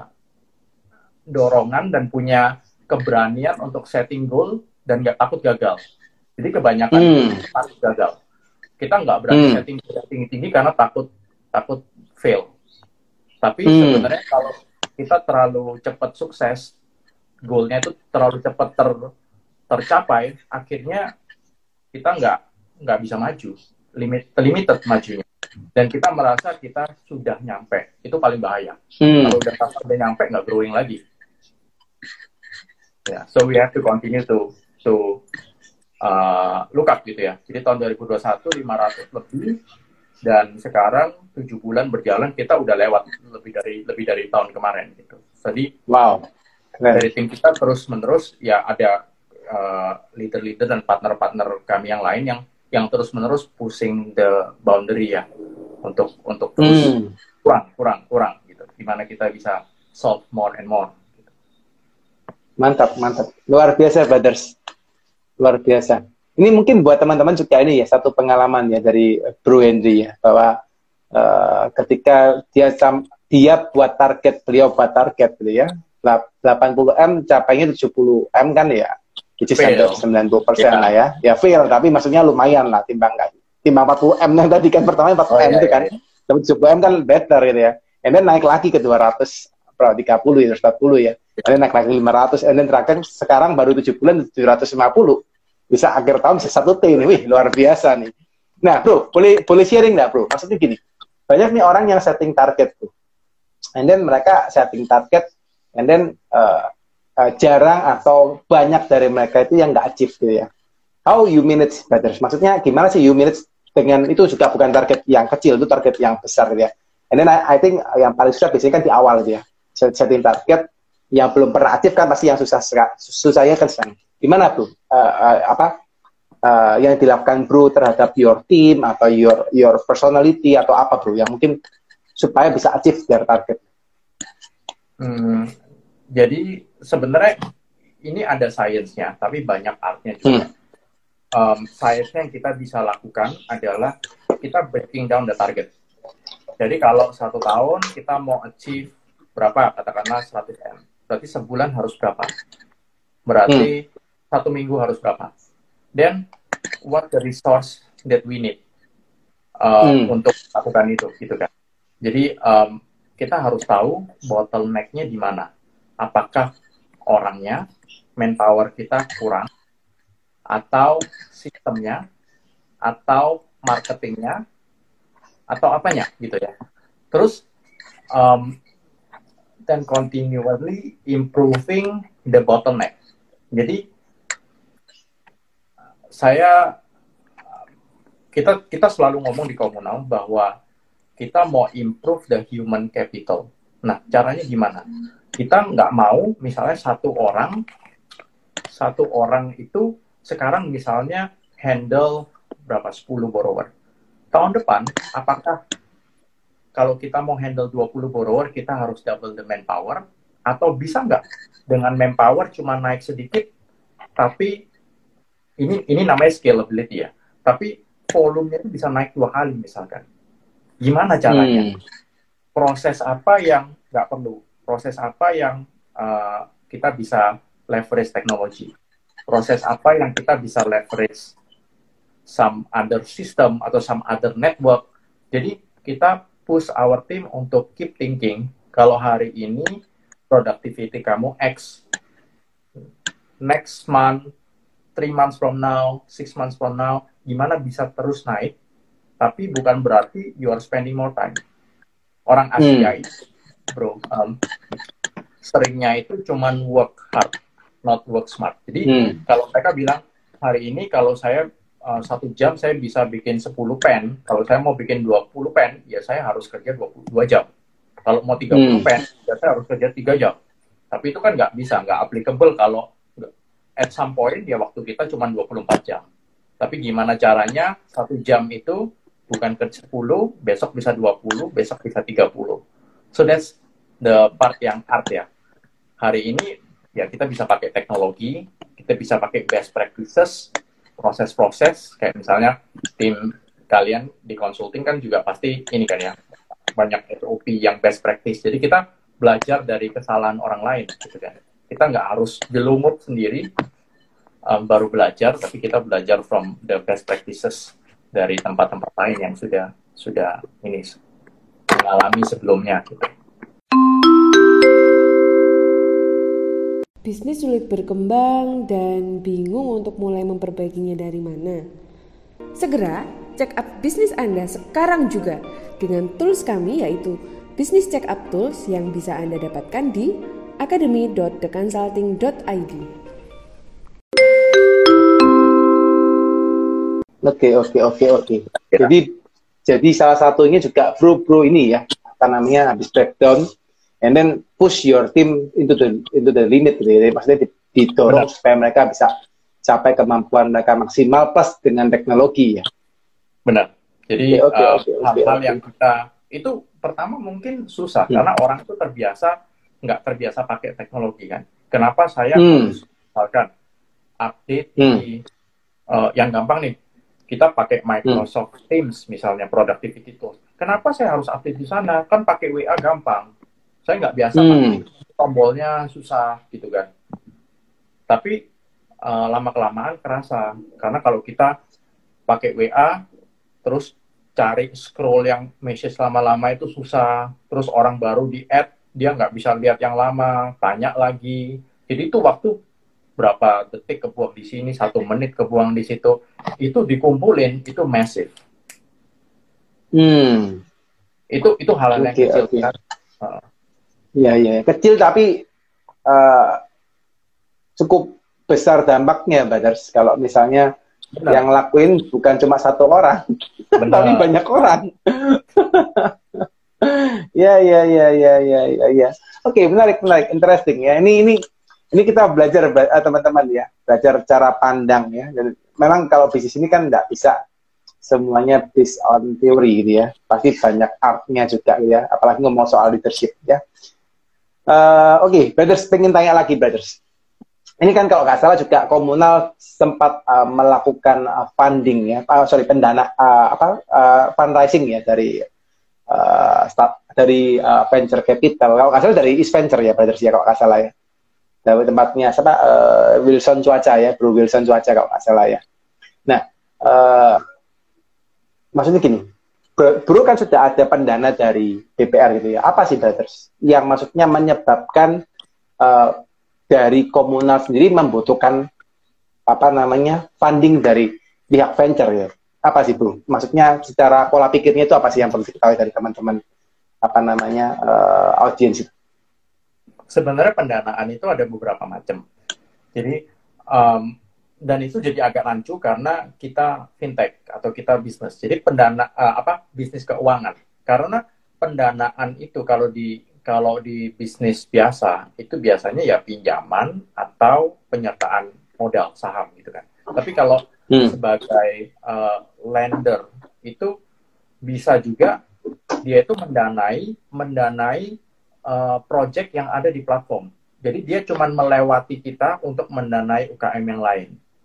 dorongan dan punya keberanian untuk setting goal dan nggak takut gagal. Jadi kebanyakan Hmm. takut gagal. Kita nggak berani Hmm. setting goal tinggi-tinggi karena takut takut fail. Tapi Hmm. sebenarnya kalau kita terlalu cepat sukses, goalnya itu terlalu cepat ter, tercapai, akhirnya kita nggak nggak bisa maju, limit limited majunya. Dan kita merasa kita sudah nyampe, itu paling bahaya. Hmm. Kalau udah udah nyampe nggak growing lagi. Ya, yeah, so we have to continue to to uh, look up gitu ya. Jadi tahun dua ribu dua puluh satu lima ratus lebih, dan sekarang tujuh bulan berjalan kita udah lewat lebih dari lebih dari tahun kemarin gitu. Jadi wow. Keren. Dari tim kita terus menerus ya ada uh, leader-leader dan partner-partner kami yang lain yang yang terus menerus pushing the boundary ya untuk untuk terus Hmm. kurang kurang kurang gitu. Gimana kita bisa solve more and more. Mantap, mantap. Luar biasa, brothers. Luar biasa. Ini mungkin buat teman-teman juga ini ya, satu pengalaman ya dari Bro Henry ya, bahwa uh, ketika dia dia buat target, beliau buat target beliau ya, delapan puluh M, capainya tujuh puluh M kan ya, which is sembilan puluh persen yeah. lah ya. Ya fail, tapi maksudnya lumayan lah, timbang kan. Timbang empat puluh M yang tadi kan, pertama empat puluh M oh, itu iya, kan, iya. Tapi tujuh puluh M kan better gitu ya. And then naik lagi ke dua ratus, tiga puluh, ya, empat puluh ya. And then naik lagi lima ratus, and then terakhir sekarang baru tujuh bulan tujuh ratus lima puluh. Bisa akhir tahun bisa satu T nih, wih luar biasa nih. Nah bro, boleh boleh sharing nggak bro? Maksudnya gini, banyak nih orang yang setting target bro, and then mereka setting target, and then uh, uh, jarang atau banyak dari mereka itu yang nggak achieve gitu ya. How you manage better? Maksudnya gimana sih you manage dengan itu juga bukan target yang kecil, itu target yang besar gitu ya. And then I, I think yang paling susah biasanya kan di awal gitu ya, setting target yang belum pernah aktif kan pasti yang susah susahnya kan sekarang. Gimana bro? Uh, uh, apa uh, yang dilakukan bro terhadap your team atau your your personality atau apa bro yang mungkin supaya bisa achieve their target? Hmm, jadi sebenarnya ini ada sainsnya, tapi banyak artnya juga. Hmm. Um, sainsnya yang kita bisa lakukan adalah kita breaking down the target. Jadi kalau satu tahun kita mau achieve berapa, katakanlah seratus M, berarti sebulan harus berapa? Berarti hmm. satu minggu harus berapa? Then what the resource that we need uh, hmm. untuk lakukan itu, gitu kan? Jadi um, kita harus tahu bottleneck-nya di mana. Apakah orangnya, manpower kita kurang, atau sistemnya, atau marketingnya, atau apanya, gitu ya. Terus um, then continually improving the bottleneck. Jadi saya kita kita selalu ngomong di komunal bahwa kita mau improve the human capital. Nah, caranya gimana? Kita nggak mau misalnya satu orang satu orang itu sekarang misalnya handle berapa sepuluh borrower. Tahun depan apakah kalau kita mau handle dua puluh borrower kita harus double the manpower, atau bisa nggak dengan manpower cuma naik sedikit tapi ini ini namanya scalability ya. Tapi volumenya itu bisa naik dua kali misalkan. Gimana caranya? Hmm. Proses apa yang nggak perlu? Proses apa yang uh, kita bisa leverage teknologi? Proses apa yang kita bisa leverage some other system atau some other network? Jadi kita push our team untuk keep thinking, kalau hari ini productivity kamu X, next month, three months from now, six months from now, gimana bisa terus naik, tapi bukan berarti you are spending more time. Orang Asia hmm. itu, bro, um, seringnya itu cuman work hard, not work smart. Jadi hmm. kalau mereka bilang, hari ini kalau saya uh, satu jam saya bisa bikin sepuluh pen, kalau saya mau bikin dua puluh pen, ya saya harus kerja dua puluh dua jam. Kalau mau tiga puluh hmm. pen, ya saya harus kerja tiga jam. Tapi itu kan nggak bisa, nggak applicable kalau at some point ya waktu kita cuma dua puluh empat jam. Tapi gimana caranya satu jam itu bukan ke sepuluh, besok bisa dua puluh, besok bisa tiga puluh. So that's the part yang hard ya. Hari ini ya kita bisa pakai teknologi, kita bisa pakai best practices, proses-proses, kayak misalnya tim kalian di consulting kan juga pasti ini kan ya, banyak S O P yang best practice. Jadi kita belajar dari kesalahan orang lain gitu kan. Kita nggak harus jelumut sendiri um, baru belajar, tapi kita belajar from the best practices dari tempat-tempat lain yang sudah sudah ini mengalami sebelumnya. Gitu. Bisnis sulit berkembang dan bingung untuk mulai memperbaikinya dari mana? Segera check up bisnis Anda sekarang juga dengan tools kami, yaitu Business Check Up Tools yang bisa Anda dapatkan di academy dot the consulting dot i d. Oke, oke, oke, oke. Jadi, jadi salah satunya juga bro-bro ini ya, apa namanya, habis breakdown, and then push your team into the into the limit, gitu ya. Maksudnya didorong Benar. supaya mereka bisa capai kemampuan mereka maksimal plus dengan teknologi ya. Benar. Jadi okay, okay, uh, okay, hal-hal okay, yang kita itu pertama mungkin susah hmm. karena orang itu terbiasa nggak terbiasa pakai teknologi kan. Kenapa saya hmm. harus misalkan update hmm. di uh, yang gampang nih, kita pakai Microsoft hmm. Teams misalnya productivity tools. Kenapa saya harus update di sana? Kan pakai W A gampang. Saya nggak biasa hmm. pakai tombolnya susah gitu kan. Tapi uh, lama kelamaan kerasa karena kalau kita pakai W A terus cari scroll yang message lama-lama itu susah. Terus orang baru di add dia nggak bisa lihat yang lama, tanya lagi. Jadi itu waktu berapa detik kebuang di sini, satu menit kebuang di situ, itu dikumpulin, itu massive. Hmm. Itu itu hal-hal yang okay, kecil okay. kan. Uh. Ya ya, kecil tapi uh, cukup besar dampaknya, Brothers. Kalau misalnya Benar. yang lakuin bukan cuma satu orang, tapi banyak orang. Ya, ya, ya, ya, ya, ya, ya. Oke, okay, menarik, menarik, interesting ya. Ini, ini, ini kita belajar teman-teman ya, belajar cara pandang ya. Dan memang kalau bisnis ini kan nggak bisa semuanya based on teori gitu ya. Pasti banyak artnya juga gitu ya. Apalagi ngomong soal leadership ya. Uh, Oke, okay, brothers, pengen tanya lagi, brothers. Ini kan kalau nggak salah juga komunal sempat uh, melakukan uh, funding ya, uh, sorry pendana uh, apa uh, fundraising ya dari uh, start, dari uh, venture capital. Kalau nggak salah dari East Venture ya, brothers ya kalau nggak salah ya. Dari tempatnya siapa uh, Wilson Cuaca ya, Bro Wilson Cuaca kalau nggak salah ya. Nah, uh, maksudnya gini, bro, bro kan sudah ada pendana dari D P R gitu ya. Apa sih, brothers, yang maksudnya menyebabkan uh, dari komunal sendiri membutuhkan apa namanya funding dari pihak venture ya? Apa sih, Bro? Maksudnya secara pola pikirnya itu apa sih yang perlu diketahui dari teman-teman apa namanya uh, audiens itu? Sebenarnya pendanaan itu ada beberapa macam. Jadi um, dan itu jadi agak rancu karena kita fintech atau kita bisnis. Jadi pendana uh, apa bisnis keuangan. Karena pendanaan itu kalau di Kalau di bisnis biasa, itu biasanya ya pinjaman atau penyertaan modal saham gitu kan. Tapi kalau hmm. sebagai uh, lender, itu bisa juga dia itu mendanai, mendanai uh, project yang ada di platform. Jadi dia cuma melewati kita untuk mendanai U K M yang lain.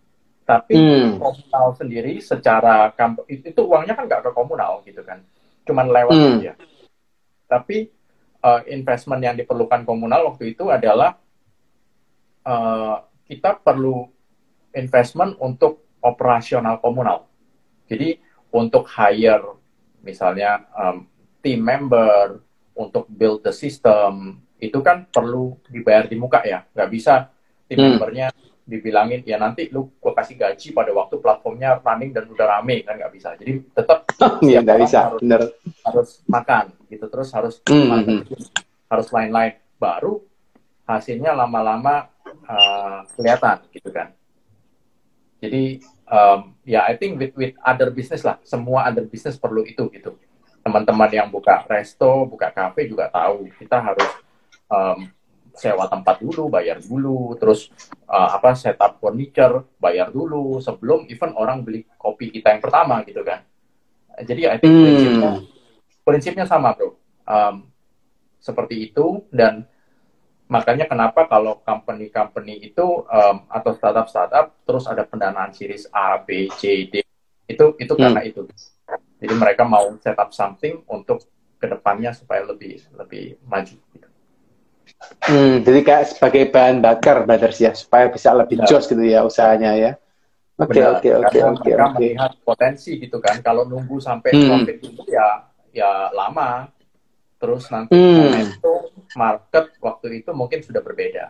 Tapi Hmm. komunal sendiri secara kamp- itu, itu uangnya kan nggak ke komunal gitu kan, cuman lewat Hmm. aja. Tapi uh, investment yang diperlukan komunal waktu itu adalah uh, kita perlu investment untuk operasional komunal. Jadi untuk hire misalnya um, team member, untuk build the system, itu kan perlu dibayar di muka ya. Nggak bisa team Hmm. membernya dibilangin, ya nanti lu gue kasih gaji pada waktu platformnya running dan udah rame, kan nggak bisa. Jadi tetap Iya, setiap nggak orang bisa, harus, bener. harus makan, gitu. Terus harus Hmm. marketing, harus lain-lain. Baru hasilnya lama-lama uh, kelihatan, gitu kan. Jadi um, ya I think with with other business lah, semua other business perlu itu gitu. Teman-teman yang buka resto, buka kafe juga tahu kita harus um, sewa tempat dulu, bayar dulu, terus uh, apa setup furniture, bayar dulu sebelum even orang beli kopi kita yang pertama gitu kan. Jadi I think prinsipnya Hmm. prinsipnya sama bro, um, seperti itu. Dan makanya kenapa kalau company-company itu um, atau startup-startup terus ada pendanaan series A, B, C, D, itu itu Hmm. karena itu. Jadi mereka mau set up something untuk kedepannya supaya lebih lebih maju. Gitu. Hmm, jadi kayak sebagai bahan bakar brothers ya, supaya bisa lebih Benar. jos gitu ya usahanya ya. Oke, Benar, oke, oke, karena oke, mereka oke. melihat potensi gitu kan. Kalau nunggu sampai Hmm. profit dulu ya ya lama. Terus nanti Hmm. momentum market waktu itu mungkin sudah berbeda.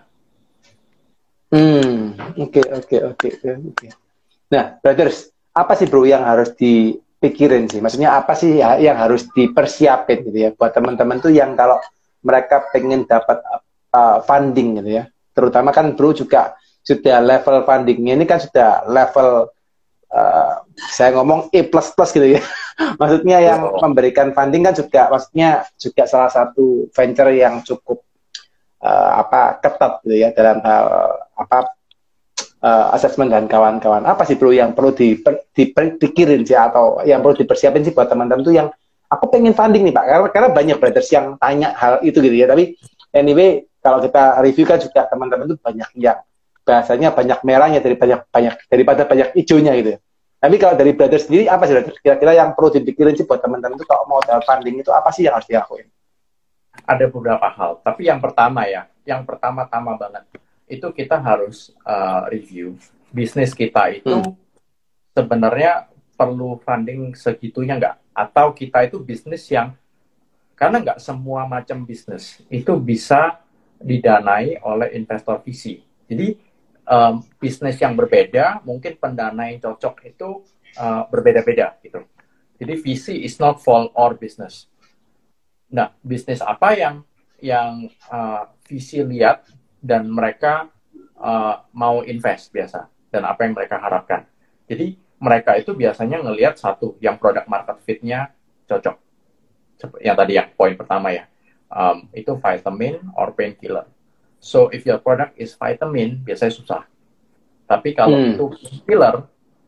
Hmm, oke, oke, oke, oke. Nah, brothers, apa sih bro yang harus dipikirin sih? Maksudnya apa sih ya yang harus dipersiapin gitu ya buat teman-teman tuh yang kalau mereka pengen dapat uh, funding gitu ya. Terutama kan bro juga sudah level fundingnya ini kan sudah level uh, saya ngomong A plus plus gitu ya. Maksudnya yang Oh. memberikan funding kan juga maksudnya juga salah satu venture yang cukup uh, apa ketat gitu ya dalam hal apa uh, assessment dan kawan-kawan. Apa sih bro yang perlu diper, dipikirin sih atau yang perlu dipersiapin sih buat teman-teman tuh yang aku pengen funding nih Pak, karena, karena banyak brothers yang tanya hal itu gitu ya. Tapi anyway kalau kita review kan juga teman-teman tuh banyak yang bahasanya banyak merahnya dari banyak banyak daripada banyak hijaunya gitu ya. Tapi kalau dari brothers sendiri apa sih brothers? Kira-kira yang perlu dipikirin sih buat teman-teman tuh kalau mau dapat funding itu apa sih yang harus dilakuin? Ada beberapa hal, tapi yang pertama ya, yang pertama-tama banget itu kita harus uh, review bisnis kita itu Hmm. sebenarnya perlu funding segitunya nggak? Atau kita itu bisnis yang, karena nggak semua macam bisnis itu bisa didanai oleh investor V C. Jadi um, bisnis yang berbeda, mungkin pendana yang cocok itu uh, berbeda-beda gitu. Jadi V C is not for all business. Nah, bisnis apa yang yang uh, V C lihat dan mereka uh, mau invest biasa, dan apa yang mereka harapkan. Jadi mereka itu biasanya ngelihat satu, yang product market fit-nya cocok. Yang tadi yang poin pertama ya, um, itu vitamin or painkiller. So if your product is vitamin, biasanya susah. Tapi kalau Hmm. itu painkiller,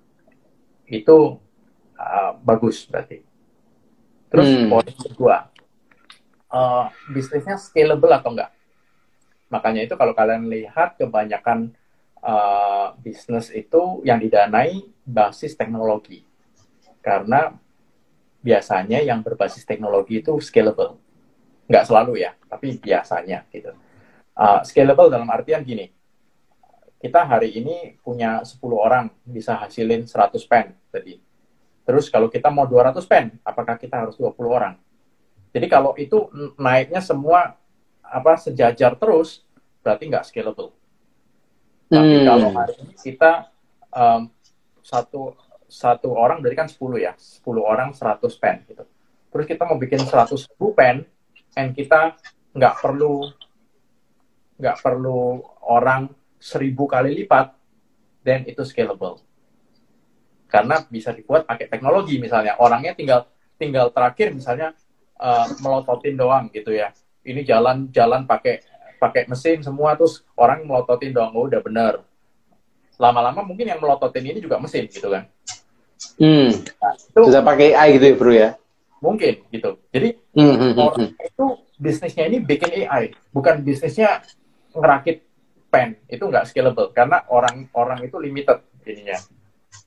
itu uh, bagus berarti. Terus Hmm. poin kedua, uh, bisnisnya scalable atau enggak? Makanya itu kalau kalian lihat kebanyakan uh, bisnis itu yang didanai basis teknologi. Karena biasanya yang berbasis teknologi itu scalable. Nggak selalu ya, tapi biasanya gitu. Uh, scalable dalam artian gini, kita hari ini punya sepuluh orang bisa hasilin seratus pen tadi. Terus kalau kita mau dua ratus pen, apakah kita harus dua puluh orang? Jadi kalau itu naiknya semua apa sejajar terus, berarti nggak scalable. Tapi Hmm. kalau hari ini kita um, satu satu orang dari kan sepuluh ya, sepuluh orang seratus pen gitu. Terus kita mau bikin seratus ribu pen, and kita nggak perlu nggak perlu orang seribu kali lipat, then itu scalable. Karena bisa dibuat pakai teknologi misalnya, orangnya tinggal tinggal terakhir misalnya uh, melototin doang gitu ya. Ini jalan-jalan pakai pakai mesin semua, terus orang melototin doang, oh, udah bener. Lama-lama mungkin yang melototin ini juga mesin gitu kan. Hmm. Nah, itu Bisa pakai A I gitu ya bro ya? mungkin gitu. Jadi Hmm, hmm, hmm, orang itu bisnisnya ini bikin A I, bukan bisnisnya ngerakit pen. Itu nggak scalable karena orang-orang itu limited jadinya.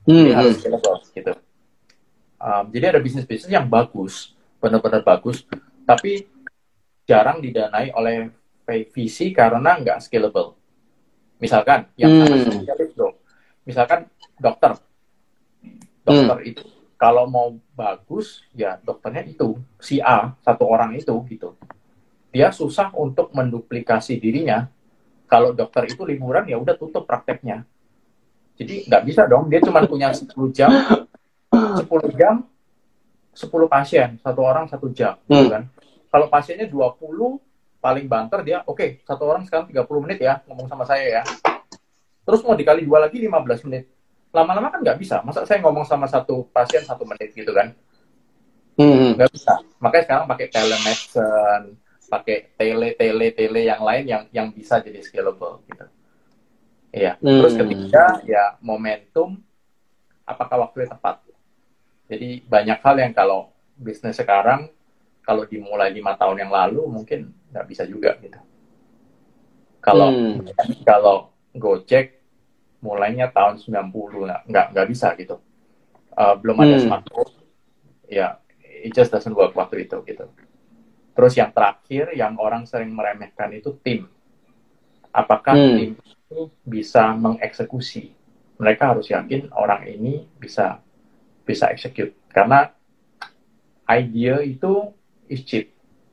Jadi Hmm. harus scalable gitu. Um, jadi ada bisnis-bisnis yang bagus, benar-benar bagus, tapi jarang didanai oleh V C karena nggak scalable. Misalkan yang sangat Hmm. spesialis bro, misalkan dokter, dokter Hmm. itu kalau mau bagus ya dokternya itu si A satu orang itu gitu. Dia susah untuk menduplikasi dirinya. Kalau dokter itu liburan ya udah tutup prakteknya. Jadi nggak bisa dong, dia cuma punya sepuluh jam, sepuluh jam, sepuluh pasien, satu orang satu jam, gitu Hmm. kan. Kalau pasiennya dua puluh, paling banter dia, oke, okay, satu orang sekarang tiga puluh menit ya, ngomong sama saya ya. Terus mau dikali dua lagi lima belas menit. Lama-lama kan nggak bisa. Masa saya ngomong sama satu pasien satu menit gitu kan? Hmm. Nggak bisa. Makanya sekarang pakai telemedicine, pakai tele, tele, tele yang lain yang yang bisa jadi scalable gitu. Iya. Terus Hmm. ketiga ya momentum, apakah waktunya tepat? Jadi banyak hal yang kalau bisnis sekarang kalau dimulai lima tahun yang lalu mungkin nggak bisa juga gitu. Kalau Hmm. kalau Gojek mulainya tahun sembilan puluh nggak nggak nggak bisa gitu. Uh, belum ada Hmm. smartphone, ya it just doesn't work waktu itu gitu. Terus yang terakhir yang orang sering meremehkan itu tim. Apakah Hmm. tim itu bisa mengeksekusi? Mereka harus yakin orang ini bisa bisa execute karena idea itu is cheap.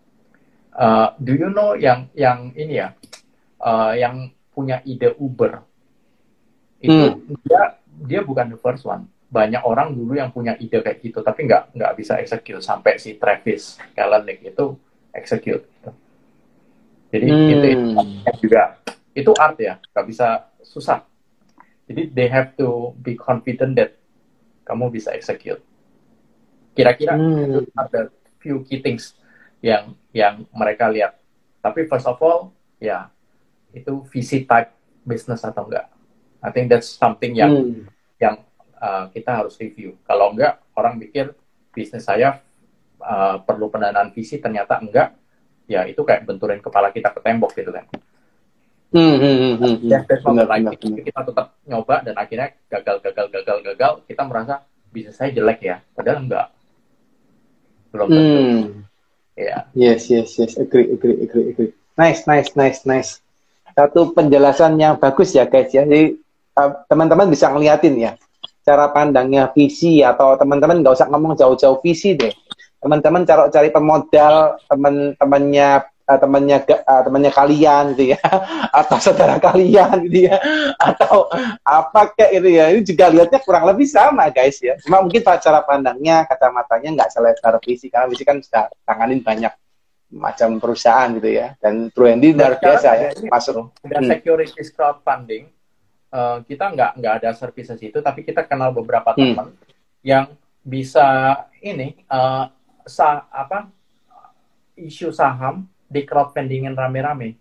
Uh, do you know yang yang ini ya, uh, yang punya ide Uber itu Hmm. dia dia bukan the first one. Banyak orang dulu yang punya ide kayak gitu tapi nggak nggak bisa execute sampai si Travis Kalanick itu execute. Gitu. Jadi Hmm. itu, itu juga itu art ya, nggak bisa susah. Jadi they have to be confident that kamu bisa execute. Kira-kira Hmm. ada few key things yang yang mereka lihat. Tapi first of all, ya itu visi type business atau enggak. I think that's something yang Hmm. yang uh, kita harus review. Kalau enggak, orang pikir bisnis saya uh, perlu pendanaan visi, ternyata enggak. Ya itu kayak benturin kepala kita ke tembok gitu kan. Hmm. Hmm. Hmm. Ya, that's not the Benar, right benar, thing. benar. Kita tetap nyoba dan akhirnya gagal, gagal, gagal, gagal. Kita merasa bisnis saya jelek ya, padahal enggak. Belum tentu. Hmm. Ya. Yes, yes, yes. Agree, agree, agree, agree. Nice, nice, nice, nice. Satu penjelasan yang bagus ya, guys ya. Jadi uh, teman-teman bisa ngeliatin ya cara pandangnya visi, atau teman-teman nggak usah ngomong jauh-jauh visi deh. Teman-teman cari cari pemodal, teman-temannya uh, temannya uh, temannya kalian gitu ya, atau saudara kalian gitu ya, atau apa kayak gitu ya. Ini juga lihatnya kurang lebih sama, guys ya. Cuma mungkin cara pandangnya, kacamatanya nggak selebar visi, karena visi kan sudah tanganin banyak macam perusahaan gitu ya. Dan True Handy luar biasa ya, masuk. Ada Hmm. securities crowdfunding. Uh, kita nggak nggak ada services itu, tapi kita kenal beberapa Hmm. teman yang bisa ini uh, sa apa isu saham di crowdfundingin rame-rame.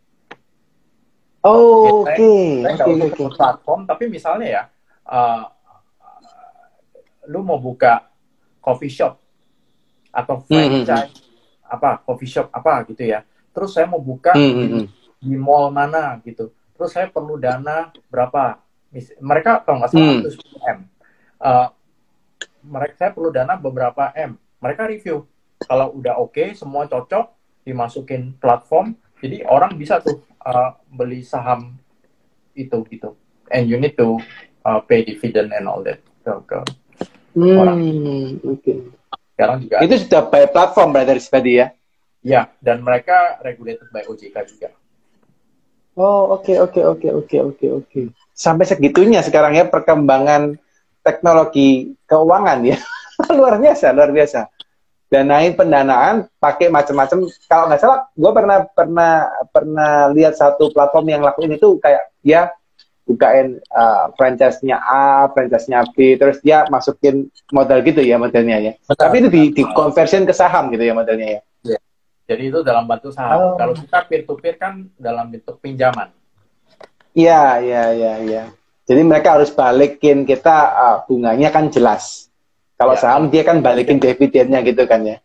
Oh, Ya, oke, saya nggak oke, usah oke. sebut platform, tapi misalnya ya, uh, lu mau buka coffee shop atau Hmm, hmm, hmm. franchise apa coffee shop apa gitu ya. Terus saya mau buka Hmm, hmm, di, hmm. di mall mana gitu. Terus saya perlu dana berapa? Mis- Mereka kalau nggak salah Hmm. up to sepuluh M. Uh, mereka saya perlu dana beberapa M. Mereka review. Kalau udah oke, okay, semua cocok, dimasukin platform. Jadi orang bisa tuh uh, beli saham itu gitu. And you need to uh, pay dividend and all that ke, ke orang. Hmm, oke. Sekarang juga Itu ada. sudah by platform berarti tadi ya? Ya, dan mereka regulated by O J K juga. Oh, oke, oke, oke, oke, oke, oke. Sampai segitunya sekarang ya perkembangan teknologi keuangan ya. Luar biasa, luar biasa. Danain pendanaan pakai macam-macam. Kalau nggak salah, gue pernah pernah pernah lihat satu platform yang lakuin itu kayak dia bukain uh, franchise-nya A, franchise-nya B, terus dia masukin modal gitu ya modelnya ya. Benar, Tapi itu di, benar. di conversion ke saham gitu ya modelnya ya. Jadi itu dalam bentuk saham. Oh. Kalau kita peer-to-peer kan dalam bentuk pinjaman. Iya, iya, iya, iya. Jadi mereka harus balikin kita uh, bunganya kan jelas. Kalau Ya, saham kalau- dia kan balikin dividennya gitu kan ya.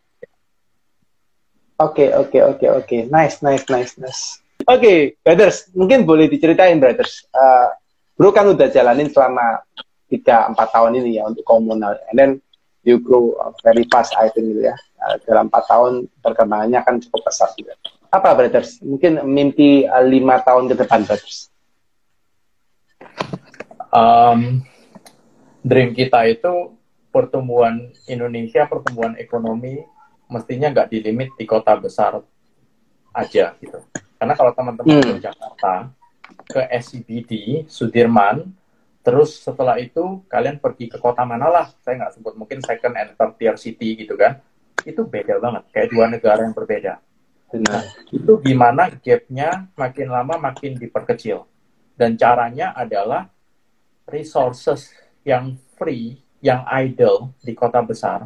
Oke, oke, oke, oke. Nice, nice, nice, nice. Oke, brothers, mungkin boleh diceritain brothers. Uh, bro kan udah jalanin selama tiga empat tahun ini ya untuk komunal. And then you grow very fast, I think gitu ya. Uh, dalam empat tahun perkembangannya akan cukup pesat gitu. Apa Brothers? Mungkin mimpi uh, lima tahun ke depan Brothers? Um, dream kita itu pertumbuhan Indonesia, pertumbuhan ekonomi mestinya nggak dilimit di kota besar aja gitu. Karena kalau teman-teman hmm. ke Jakarta, ke S C B D, Sudirman, terus setelah itu kalian pergi ke kota mana lah, saya nggak sebut, mungkin second and third tier city gitu kan, itu beda banget, kayak dua negara yang berbeda. Nah, itu gimana gap-nya makin lama makin diperkecil. Dan caranya adalah resources yang free, yang idle di kota besar,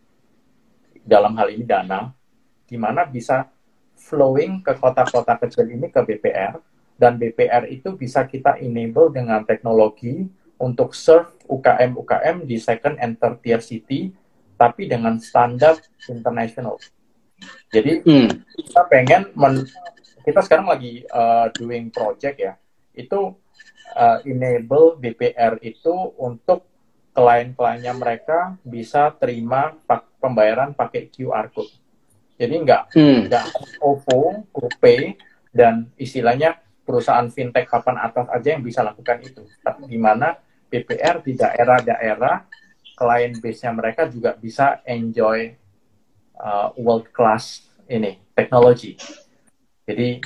dalam hal ini dana, gimana bisa flowing ke kota-kota kecil ini ke B P R, dan B P R itu bisa kita enable dengan teknologi untuk serve U K M-U K M di second and third tier city, tapi dengan standar international. Jadi hmm. kita pengen, men, kita sekarang lagi uh, doing project ya, itu uh, enable B P R itu untuk klien-kliennya mereka bisa terima pak, pembayaran pakai Q R code. Jadi nggak hmm. nggak O V O, GoPay, dan istilahnya perusahaan fintech papan atas aja yang bisa lakukan itu. Tapi di mana B P R di daerah-daerah, klien base-nya mereka juga bisa enjoy uh, world class ini teknologi. Jadi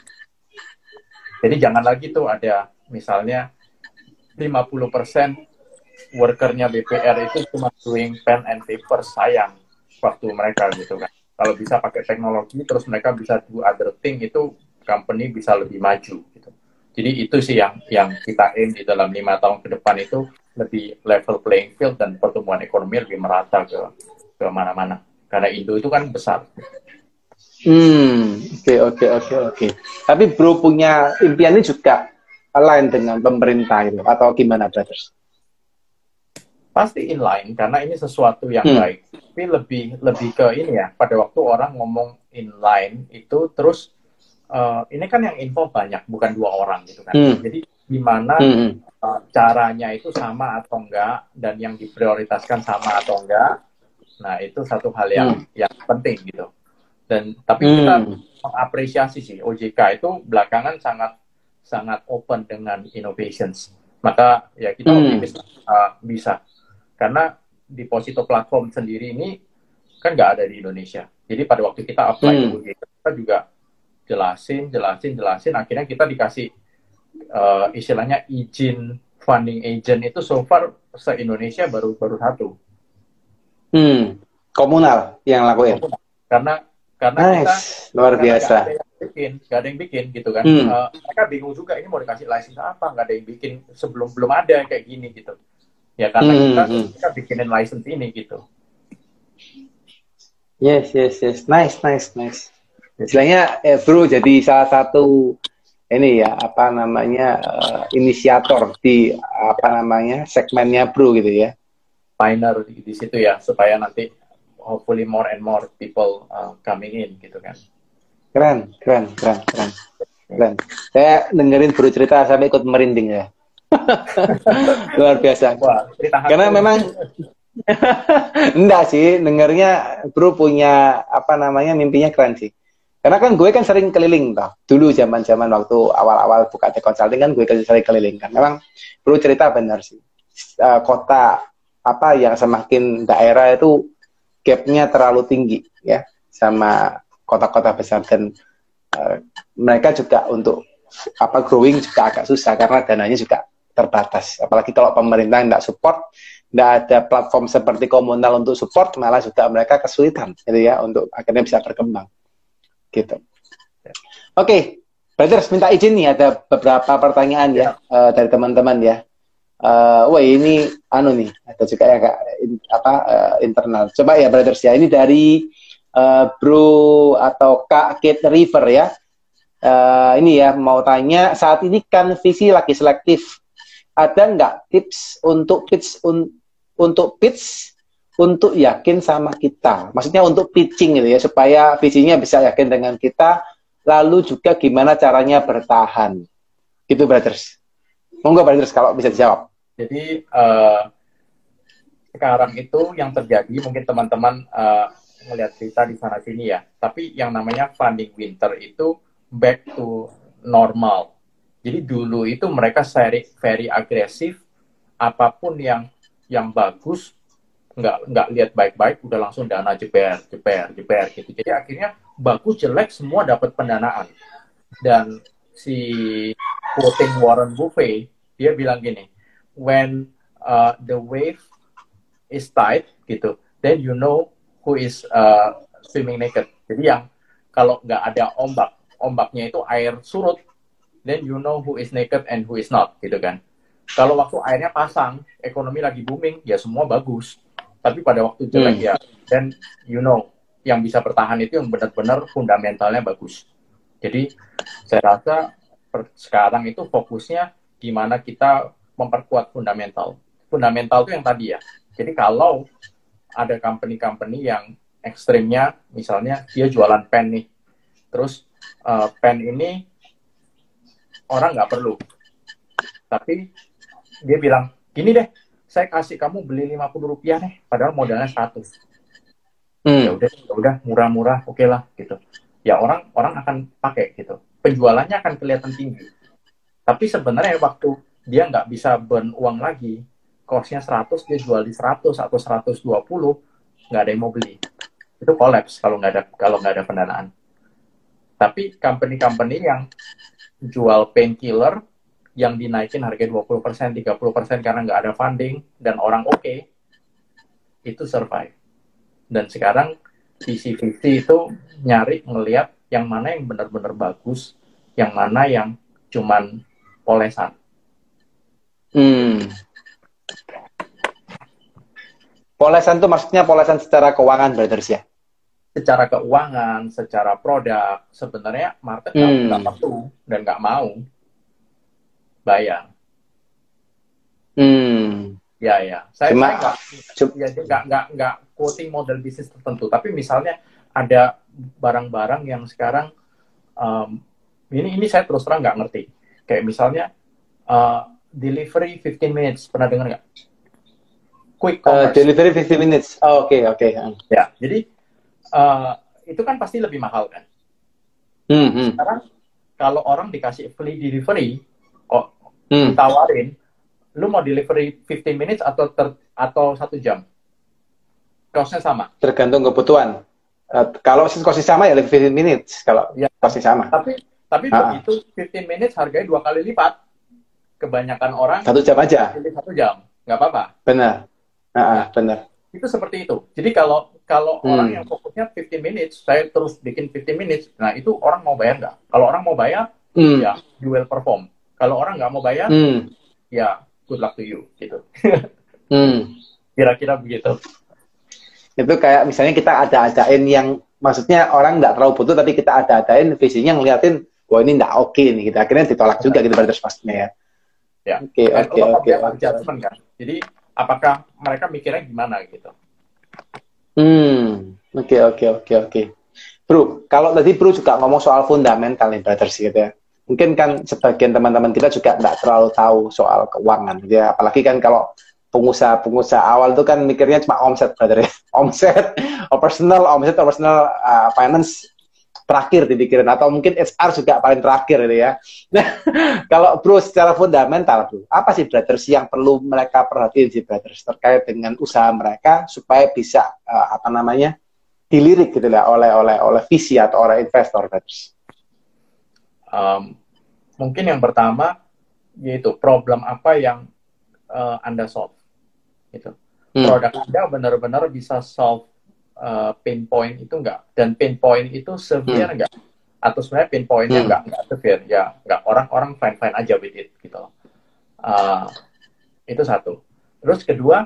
jadi jangan lagi tuh ada misalnya lima puluh persen workernya B P R itu cuma doing pen and paper, sayang waktu mereka gitu kan. Kalau bisa pakai teknologi, terus mereka bisa do other thing, itu company bisa lebih maju gitu. Jadi itu sih yang yang kita aim di dalam lima tahun ke depan, itu lebih level playing field dan pertumbuhan ekonomi lebih merata ke ke mana-mana. Karena Indo itu kan besar. Hmm, oke oke oke oke. Tapi bro punya impiannya juga align dengan pemerintah itu atau gimana, Brothers? Pasti inline, karena ini sesuatu yang hmm. baik. Tapi lebih lebih ke ini ya, pada waktu orang ngomong inline itu terus uh, ini kan yang info banyak, bukan dua orang gitu kan. Hmm. Jadi gimana hmm. uh, caranya itu sama atau enggak, dan yang diprioritaskan sama atau enggak. Nah, itu satu hal yang hmm. yang penting gitu. Dan tapi hmm. kita mengapresiasi sih, O J K itu belakangan sangat sangat open dengan innovations. Maka ya kita optimis hmm. uh, bisa. Karena deposito platform sendiri ini kan nggak ada di Indonesia. Jadi pada waktu kita apply hmm. ke O J K, kita juga jelasin, jelasin, jelasin. Akhirnya kita dikasih uh, istilahnya izin funding agent itu so far se-Indonesia baru baru satu. Hmm. Komunal yang lakuin. Komunal. Karena karena nice. kita luar biasa. Gak ada yang bikin, gak ada yang bikin gitu kan. Hmm. Uh, mereka bingung juga ini mau dikasih license apa, nggak ada yang bikin, sebelum belum ada kayak gini gitu. Ya karena hmm, kita, hmm. kita bikinin license ini gitu. Yes, yes, yes. Nice, nice, nice. Istilahnya, eh, bro, jadi salah satu ini ya, apa namanya, uh, inisiator di, apa namanya, segmennya bro gitu ya. Pioneer di, di situ ya, supaya nanti hopefully more and more people uh, coming in gitu kan. Keren, keren, keren, keren. Keren. Saya dengerin bro cerita sampai ikut merinding ya. Luar biasa. Wah, karena memang enggak sih, dengernya bro punya apa namanya mimpinya keren sih. Karena kan gue kan sering keliling toh. Dulu zaman-zaman waktu awal-awal buka tech consulting kan gue sering keliling kan. Memang bro cerita benar sih. Uh, kota apa yang semakin daerah itu gap-nya terlalu tinggi ya sama kota-kota besar, dan uh, mereka juga untuk apa growing juga agak susah karena dananya juga terbatas. Apalagi kalau pemerintah tidak support, tidak ada platform seperti komunal untuk support, malah juga mereka kesulitan gitu ya untuk akhirnya bisa berkembang gitu. Oke, okay. Brothers minta izin nih, ada beberapa pertanyaan ya, ya. Uh, dari teman-teman ya. Uh, wah ini anu nih, ada juga ya kak in, apa uh, internal. Coba ya Brothers ya, ini dari uh, Bro atau Kak Kate River ya. Uh, ini ya mau tanya, saat ini kan visi lagi selektif. Ada nggak tips untuk pitch un, untuk pitch untuk yakin sama kita? Maksudnya untuk pitching gitu ya, supaya visinya bisa yakin dengan kita. Lalu juga gimana caranya bertahan? Gitu Brothers. Monggo Brothers kalau bisa dijawab. Jadi uh, sekarang itu yang terjadi, mungkin teman-teman uh, melihat berita di sana sini ya, tapi yang namanya funding winter itu back to normal. Jadi dulu itu mereka very very agresif, apapun yang yang bagus nggak nggak lihat baik-baik, udah langsung dana jeber jeber jeber gitu. Jadi akhirnya bagus jelek semua dapat pendanaan. Dan si quoting Warren Buffett, dia bilang gini, when uh, the wave is tight gitu, then you know who is uh, swimming naked. Jadi yang kalau nggak ada ombak, ombaknya itu air surut, then you know who is naked and who is not, gitu kan. Kalau waktu airnya pasang, ekonomi lagi booming, ya semua bagus. Tapi pada waktu jelek hmm. ya, then you know, yang bisa bertahan itu yang benar-benar fundamentalnya bagus. Jadi saya rasa per, sekarang itu fokusnya gimana kita memperkuat fundamental. Fundamental itu yang tadi ya. Jadi kalau ada company-company yang ekstrimnya, misalnya dia jualan pen nih, terus uh, pen ini orang nggak perlu, tapi dia bilang, gini deh, saya kasih kamu beli lima puluh rupiah nih, padahal modalnya seratus. Hmm. Ya udah, ya udah murah-murah, oke okay lah gitu. Ya orang orang akan pakai gitu. Penjualannya akan kelihatan tinggi. Tapi sebenarnya waktu dia nggak bisa burn uang lagi, cost-nya seratus, dia jual di seratus atau seratus dua puluh, nggak ada yang mau beli. Itu collapse kalau nggak ada kalau nggak ada pendanaan. Tapi company-company yang jual painkiller yang dinaikin harga dua puluh persen, tiga puluh persen karena nggak ada funding dan orang oke, okay, itu survive. Dan sekarang V C V C itu nyari ngelihat yang mana yang benar-benar bagus, yang mana yang cuman polesan. Hmm. Polesan itu maksudnya polesan secara keuangan, brothers ya? Secara keuangan, secara produk, sebenarnya market nggak hmm. perlu dan nggak mau bayar. Hmm. Ya ya, saya Cuma, nggak ya, nggak nggak nggak quoting model bisnis tertentu, tapi misalnya ada barang-barang yang sekarang um, ini ini saya terus terang nggak ngerti. Kayak misalnya uh, delivery fifteen minutes, pernah dengar nggak? Quick commerce. Uh, delivery fifteen minutes. Oh, oke okay, oke. Okay. Ya, jadi uh, itu kan pasti lebih mahal kan. Hmm, hmm. Sekarang kalau orang dikasih free delivery, oh, hmm. ditawarin, lu mau delivery fifteen minutes atau ter, atau satu jam? Cost-nya sama. Tergantung kebutuhan. Uh, kalau cost-nya sama ya fifteen minutes. Kalau ya, cost-nya sama. Tapi tapi ah. begitu fifteen minutes harganya dua kali lipat. Kebanyakan orang satu jam aja. Satu jam, nggak apa-apa. Benar. Uh, nah, benar. Itu seperti itu. Jadi kalau kalau hmm. orang yang fokusnya fifteen minutes, saya terus bikin fifteen minutes. Nah itu orang mau bayar nggak? Kalau orang mau bayar, hmm. ya you will perform. Kalau orang nggak mau bayar, hmm. ya good luck to you gitu. hmm. Kira-kira begitu. Itu kayak misalnya kita ada-adain yang maksudnya orang nggak terlalu butuh tapi kita ada-adain visinya ngeliatin wah ini nggak oke okay nih gitu. Akhirnya ditolak juga gitu pada pastinya ya. Ya. Oke oke oke. Adjustment kan. Jadi apakah mereka mikirnya gimana gitu? Hmm. Oke okay, oke okay, oke okay, oke. Okay. Bro, kalau tadi Bro juga ngomong soal fundamental nih brothers gitu ya. Mungkin kan sebagian teman-teman kita juga nggak terlalu tahu soal keuangan gitu ya. Apalagi kan kalau pengusaha-pengusaha awal itu kan mikirnya cuma omset, brother ya. Omset, operational, omset, operational uh, finance terakhir dipikirin. Atau mungkin H R juga paling terakhir gitu ya. Nah, kalau Bro secara fundamental, Bro, apa sih brothers yang perlu mereka perhatiin sih brothers terkait dengan usaha mereka supaya bisa uh, apa namanya dilirik gitu ya oleh oleh oleh V C atau oleh investor, brothers? Um, mungkin yang pertama yaitu problem apa yang uh, Anda solve. Gitu. Hmm. Produk Anda benar-benar bisa solve uh, pain point itu enggak, dan pain point itu severe hmm. enggak, atau sebenarnya pain point-nya hmm. enggak, enggak severe, ya enggak, orang-orang fine-fine aja with it gitu. Uh, itu satu. Terus kedua,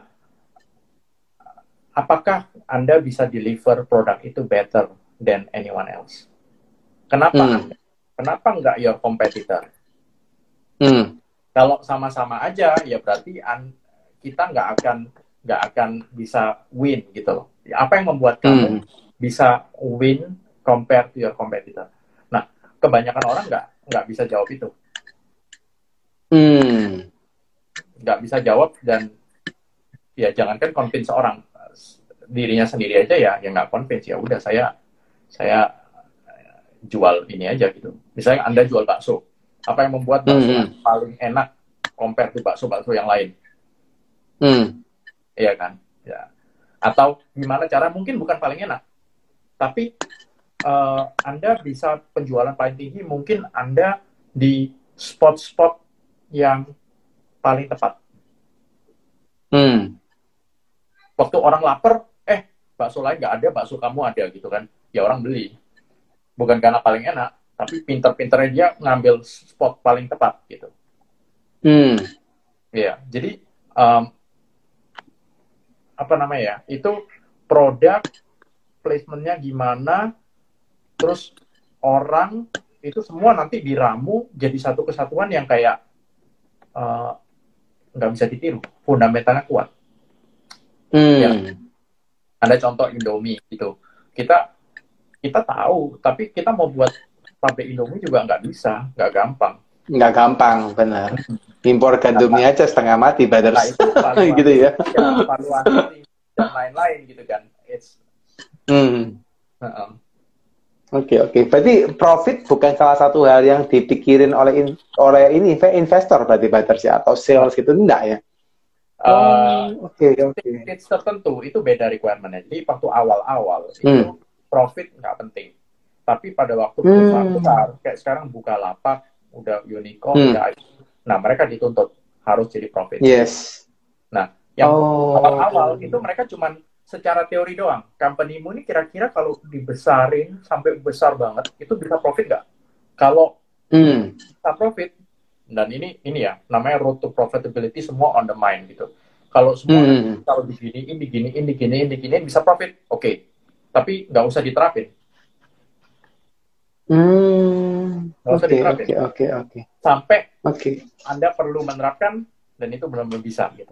apakah Anda bisa deliver produk itu better than anyone else? Kenapa? Hmm. Kenapa enggak your competitor? Hmm. Kalau sama-sama aja, ya berarti an kita nggak akan nggak akan bisa win gitu loh. Apa yang membuat kamu hmm. bisa win compare to your competitor? Nah, kebanyakan orang nggak nggak bisa jawab itu. Hmm. nggak bisa jawab dan ya jangankan convince orang, dirinya sendiri aja ya yang nggak convince, ya udah saya saya jual ini aja gitu. Misalnya Anda jual bakso, apa yang membuat bakso Hmm. paling enak compare to bakso-bakso yang lain? Hmm. Iya kan? Ya. Atau gimana cara, mungkin bukan paling enak, tapi uh, Anda bisa penjualan paling tinggi mungkin Anda di spot-spot yang paling tepat. Hmm. Waktu orang lapar, eh bakso lain nggak ada, bakso kamu ada gitu kan, ya orang beli. Bukan karena paling enak, tapi pinter-pinternya dia ngambil spot paling tepat gitu. Hmm. Iya, jadi um, apa namanya ya, itu produk placementnya gimana, terus orang itu semua nanti diramu jadi satu kesatuan yang kayak uh, nggak bisa ditiru, fundamentalnya kuat. Hmm. Ya. Ada contoh Indomie gitu, kita kita tahu, tapi kita mau buat pabrik Indomie juga nggak bisa, nggak gampang. Nggak gampang, benar. Impor gandumnya aja setengah mati, Nah brothers. itu valuasi, gitu ya. ya, valuasi dan lain-lain gitu kan. It's, Hmm. uh-uh. Oke, oke. Berarti profit bukan salah satu hal yang dipikirin oleh in, oleh ini investor berarti, brothers ya, atau sales gitu, enggak ya? Uh, Oke, oke. Stage tertentu itu beda requirement-nya. Jadi waktu awal-awal Hmm. itu profit nggak penting. Tapi pada waktu perusahaan Hmm. besar, kayak sekarang Bukalapak, udah Unicorn, Hmm. udah nah mereka dituntut harus jadi profit. Yes. Nah, yang Oh. awal-awal itu mereka cuman secara teori doang. Company-mu ini kira-kira kalau dibesarin sampai besar banget, itu bisa profit nggak? Kalau Hmm. bisa profit, dan ini ini ya, namanya road to profitability, semua on the mind gitu. Kalau semua Hmm. kalau diginiin, diginiin, diginiin, diginiin bisa profit, oke. Okay. Tapi nggak usah diterapin. Hmm. Nggak usah Oke, diterapin. oke, oke, oke. Sampai Oke. Anda perlu menerapkan, dan itu belum bisa gitu.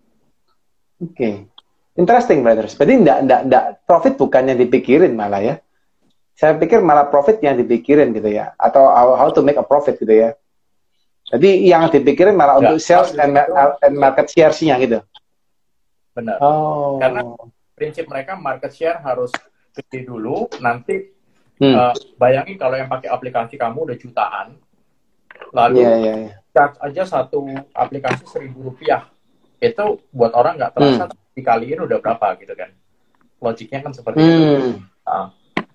Oke. Interesting, brothers. Berarti enggak, enggak, enggak, profit bukannya dipikirin malah ya. Saya pikir malah profit yang dipikirin gitu ya. Atau how, how to make a profit gitu ya. Jadi yang dipikirin malah Nggak, untuk sales and, itu, and market share-nya gitu. Benar. Oh. Karena prinsip mereka market share harus gede dulu, nanti hmm. uh, bayangin kalau yang pakai aplikasi kamu udah jutaan, lalu yeah, yeah, yeah. charge aja satu aplikasi seribu rupiah, itu buat orang nggak terasa, hmm. dikaliin udah berapa gitu kan. Logiknya kan seperti hmm. itu. Uh.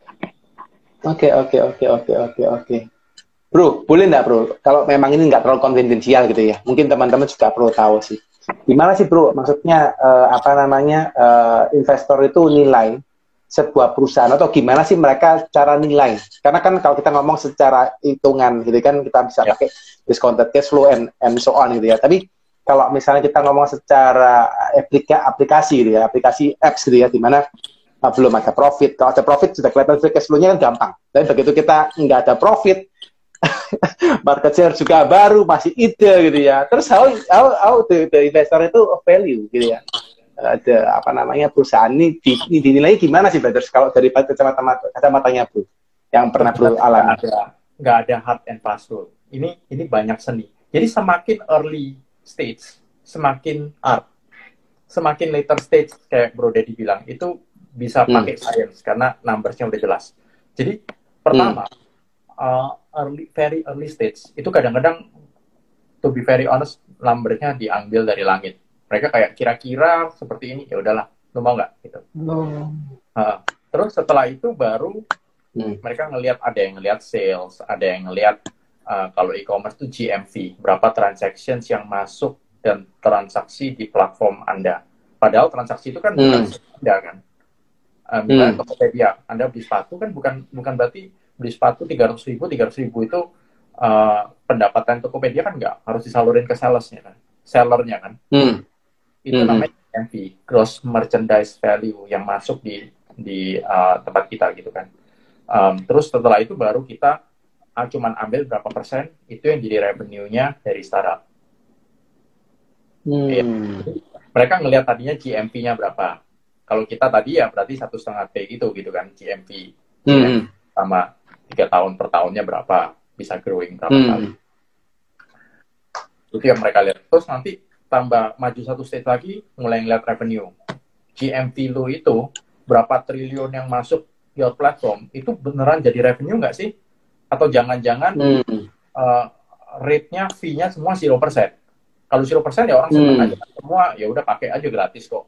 Oke, oke, oke, oke, oke, oke. Bro, boleh nggak bro? Kalau memang ini nggak terlalu konfidensial gitu ya, mungkin teman-teman juga perlu tahu sih. Gimana sih bro? Maksudnya uh, apa namanya uh, investor itu nilai sebuah perusahaan atau gimana sih mereka cara nilai? Karena kan kalau kita ngomong secara hitungan gitu kan kita bisa yeah. pakai discounted cash flow and, and so on gitu ya. Tapi kalau misalnya kita ngomong secara aplika, aplikasi gitu ya, aplikasi apps gitu ya, di mana uh, belum ada profit. Kalau ada profit sudah kelihatan free cash flow-nya kan gampang. Tapi begitu kita nggak ada profit, market share juga baru, masih ide gitu ya. Terus how, how, how the, the investor itu value gitu ya. Ada apa namanya perusahaan ini, di, ini dinilai gimana sih brothers kalau dari kacamata kacamatanya bro yang pernah bro alami? Nggak ada, nggak ada hard and fast rule. Ini ini banyak seni. Jadi semakin early stage, semakin art. Semakin later stage kayak Bro Dedi bilang itu bisa pakai hmm. science karena numbers-nya udah jelas. Jadi pertama hmm. uh, early, very early stage itu kadang-kadang to be very honest numbernya diambil dari langit. Mereka kayak kira-kira seperti ini, ya udahlah, lu mau nggak gitu. Oh. Uh, terus setelah itu baru hmm. mereka ngelihat, ada yang ngelihat sales, ada yang ngelihat uh, kalau e-commerce itu G M V, berapa transactions yang masuk dan transaksi di platform Anda. Padahal transaksi itu kan hmm. bukan Anda kan. Uh, misalnya hmm. Tokopedia, Anda beli sepatu kan bukan bukan berarti beli sepatu tiga ratus ribu, tiga ratus ribu itu uh, pendapatan Tokopedia kan nggak, harus disalurin ke salesnya kan, sellernya kan. Hmm. Itu hmm. namanya G M V, gross merchandise value yang masuk di di uh, tempat kita gitu kan. Um, terus setelah itu baru kita uh, cuman ambil berapa persen itu yang jadi revenue-nya dari startup. Hmm. Ya, mereka ngelihat tadinya G M V-nya berapa. Kalau kita tadi ya berarti satu setengah T gitu gitu kan G M V. Hmm. Ya, sama tiga tahun per tahunnya berapa, bisa growing berapa hmm. kali. Itu yang mereka lihat. Terus nanti tambah maju satu stage lagi, mulai ngeliat revenue. G M V lo itu, berapa triliun yang masuk your platform, itu beneran jadi revenue nggak sih? Atau jangan-jangan hmm. uh, rate-nya, fee-nya semua zero percent. Kalau zero percent ya orang seneng hmm. aja. Semua ya udah pakai aja gratis kok.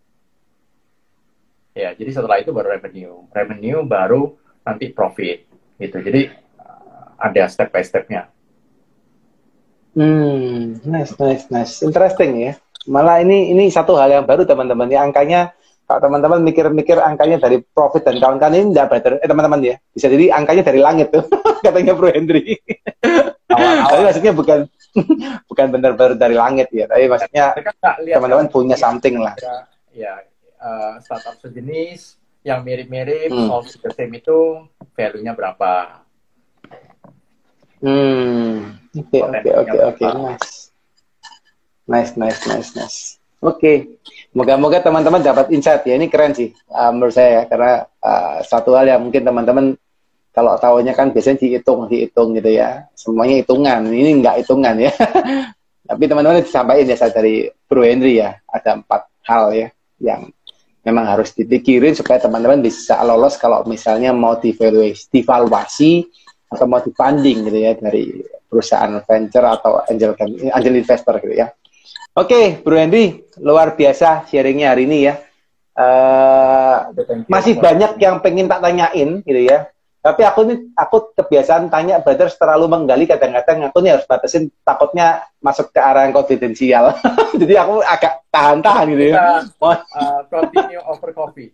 Ya, jadi setelah itu baru revenue. Revenue baru nanti profit. Gitu. Jadi uh, ada step by step-nya. Hmm, nice, nice, nice. Interesting ya. Malah ini ini satu hal yang baru teman-teman ya. Angkanya, kalau teman-teman mikir-mikir angkanya dari profit dan kawan-kawan ini tidak better. Eh teman-teman ya, bisa jadi angkanya dari langit tuh, katanya Bro Hendry. Tapi maksudnya bukan bukan benar-benar dari langit ya. Tapi maksudnya teman-teman punya something lah. Ya, uh, startup sejenis yang mirip-mirip, hmm. solve the same itu value-nya berapa? Hmm, oke oke oke oke, nice, nice nice nice nice. Oke, okay. Moga-moga teman-teman dapat insight ya, ini keren sih uh, menurut saya ya, karena uh, satu hal yang mungkin teman-teman kalau tahunya kan biasanya dihitung dihitung gitu ya, semuanya hitungan, ini enggak hitungan ya. Tapi teman-teman disampaikan ya saya dari Bro Hendry ya, ada empat hal ya yang memang harus dipikirin supaya teman-teman bisa lolos kalau misalnya mau divaluasi, divaluasi atau mau difunding gitu ya dari perusahaan venture atau angel angel investor gitu ya. Oke, okay, Bro Hendry, luar biasa sharingnya hari ini ya. Uh, masih banyak yang pengen tak tanyain gitu ya. Tapi aku ini aku kebiasaan tanya brother terlalu menggali, kadang-kadang aku nih harus batasin, takutnya masuk ke arah yang konfidensial. Jadi aku agak tahan-tahan gitu ya. Uh, continue over coffee.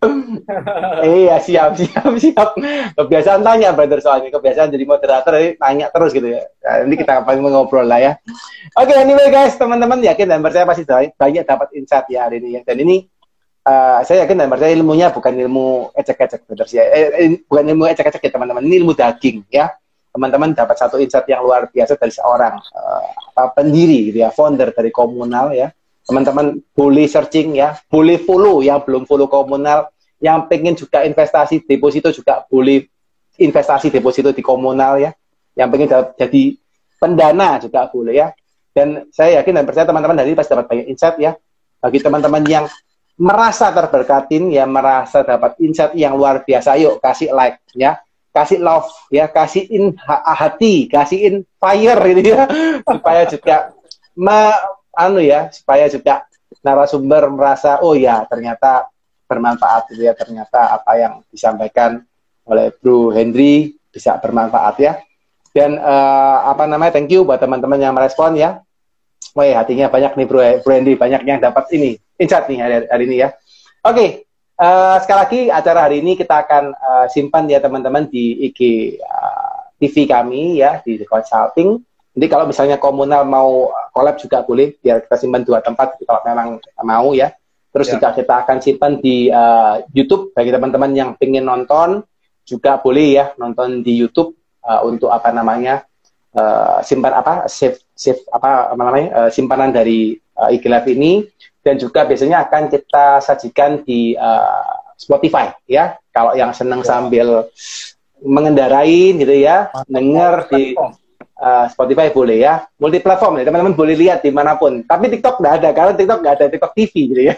Iya, siap, siap, siap. Kebiasaan tanya brother soalnya, kebiasaan jadi moderator, jadi tanya terus gitu ya. Nah, nanti kita akan ngobrol lah ya. Oke, okay, anyway guys, teman-teman yakin dan percaya pasti banyak dapat insight ya hari ini ya. Dan ini Uh, saya yakin dan percaya ilmunya bukan ilmu ecek-ecek, ya. eh, bukan ilmu ecek-ecek ya teman-teman, ini ilmu daging ya. Teman-teman dapat satu insight yang luar biasa dari seorang uh, pendiri, gitu ya, founder dari Komunal ya. Teman-teman boleh searching ya, boleh follow yang belum follow Komunal, yang pengen juga investasi deposito juga boleh investasi deposito di Komunal ya. Yang pengen jadi pendana juga boleh ya. Dan saya yakin dan percaya teman-teman dari ini pasti dapat banyak insight ya. Bagi teman-teman yang merasa terberkatin ya, merasa dapat insight yang luar biasa, yuk kasih like ya, kasih love ya, kasihin hati, kasihin fire gitu ya, supaya juga me, anu ya, supaya juga narasumber merasa oh ya ternyata bermanfaat gitu ya, ternyata apa yang disampaikan oleh Bro Hendry bisa bermanfaat ya. Dan uh, apa namanya, thank you buat teman-teman yang merespon ya. Wah, hatinya banyak nih Bro, Bro Hendry, banyak yang dapat ini insight nih hari, hari ini ya. Oke, okay, uh, sekali lagi acara hari ini kita akan uh, simpan ya teman-teman di I G uh, T V kami ya, di The Consulting. Jadi kalau misalnya Komunal mau collab juga boleh, biar kita simpan dua tempat kalau memang mau ya. Terus ya. Juga kita akan simpan di uh, YouTube bagi teman-teman yang pengen nonton, juga boleh ya nonton di YouTube uh, untuk apa namanya uh, simpan apa save save apa, apa namanya uh, simpanan dari uh, I G Live ini. Dan juga biasanya akan kita sajikan di uh, Spotify ya. Kalau yang senang ya. Sambil mengendarai gitu ya, dengar di uh, Spotify boleh ya. Multi platform ya, teman-teman boleh lihat dimanapun. Tapi TikTok nggak ada, karena TikTok nggak ada, TikTok T V gitu ya.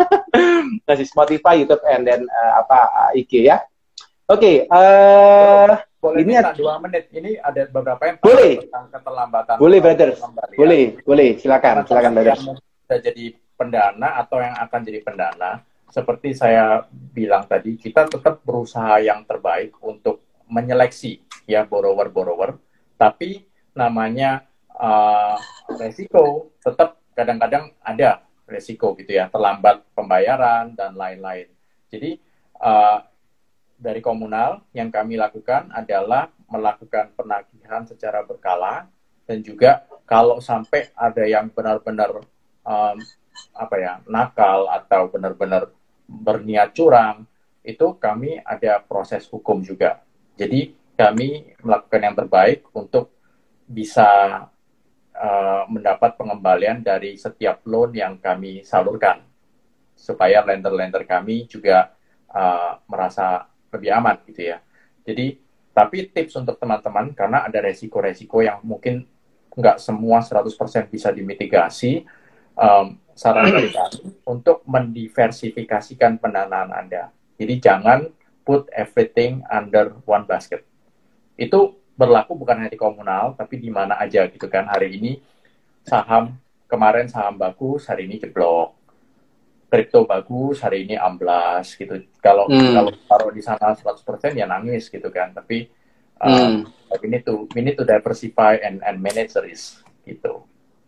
Masih Spotify, YouTube, and then uh, apa uh, I G ya. Oke, okay, uh, boleh ini minta dua menit. Ini ada beberapa yang boleh tentang keterlambatan. Boleh, brother. Boleh, ya. boleh. Silakan, silakan, brother. Sudah jadi pendana atau yang akan jadi pendana, seperti saya bilang tadi, kita tetap berusaha yang terbaik untuk menyeleksi ya borrower-borrower, tapi namanya uh, resiko tetap kadang-kadang ada resiko gitu ya, terlambat pembayaran dan lain-lain. Jadi uh, dari Komunal yang kami lakukan adalah melakukan penagihan secara berkala, dan juga kalau sampai ada yang benar-benar um, apa ya, nakal atau benar-benar berniat curang, itu kami ada proses hukum juga. Jadi kami melakukan yang terbaik untuk bisa uh, mendapat pengembalian dari setiap loan yang kami salurkan, supaya lender-lender kami juga uh, merasa lebih aman gitu ya. Jadi, tapi tips untuk teman-teman, karena ada resiko-resiko yang mungkin nggak semua seratus persen bisa dimitigasi. um, saran dari kami untuk mendiversifikasikan pendanaan Anda. Jadi jangan put everything under one basket. Itu berlaku bukan hanya di komunal, tapi di mana aja gitu kan. Hari ini saham, kemarin saham bagus, hari ini jeblok. Kripto bagus, hari ini amblas gitu. Kalau hmm. kalau taruh di sana seratus persen ya nangis gitu kan. Tapi um, hmm. we need to we need to diversify and and manage risk gitu.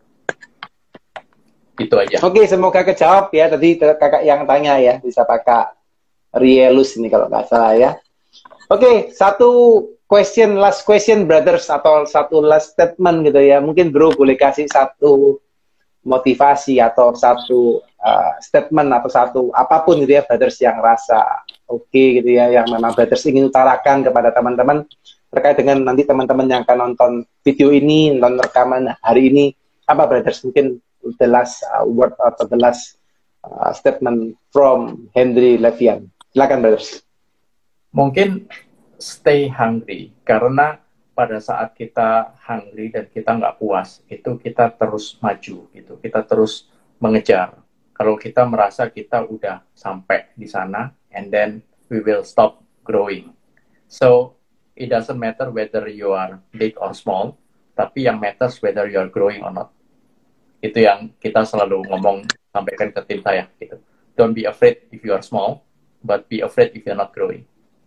Itu aja. Oke, semoga kejawab ya. Tadi kakak yang tanya ya, bisa pakai Rielus ini kalau nggak salah ya. Oke, satu question, last question brothers, atau satu last statement gitu ya. Mungkin bro boleh kasih satu motivasi atau satu uh, statement atau satu apapun gitu ya brothers yang rasa oke okay, gitu ya, yang memang brothers ingin utarakan kepada teman-teman terkait dengan nanti teman-teman yang akan nonton video ini, nonton rekaman hari ini. Apa brothers mungkin the last uh, word atau the last uh, statement from Henry Levian? Silakan brothers. Mungkin stay hungry, karena pada saat kita hungry dan kita nggak puas, itu kita terus maju gitu, kita terus mengejar. Kalau kita merasa kita udah sampai di sana, and then we will stop growing. So it doesn't matter whether you are big or small, tapi yang matters whether you are growing or not. Itu yang kita selalu ngomong, sampaikan ke tim saya gitu. Don't be afraid if you are small, but be afraid if you're not growing.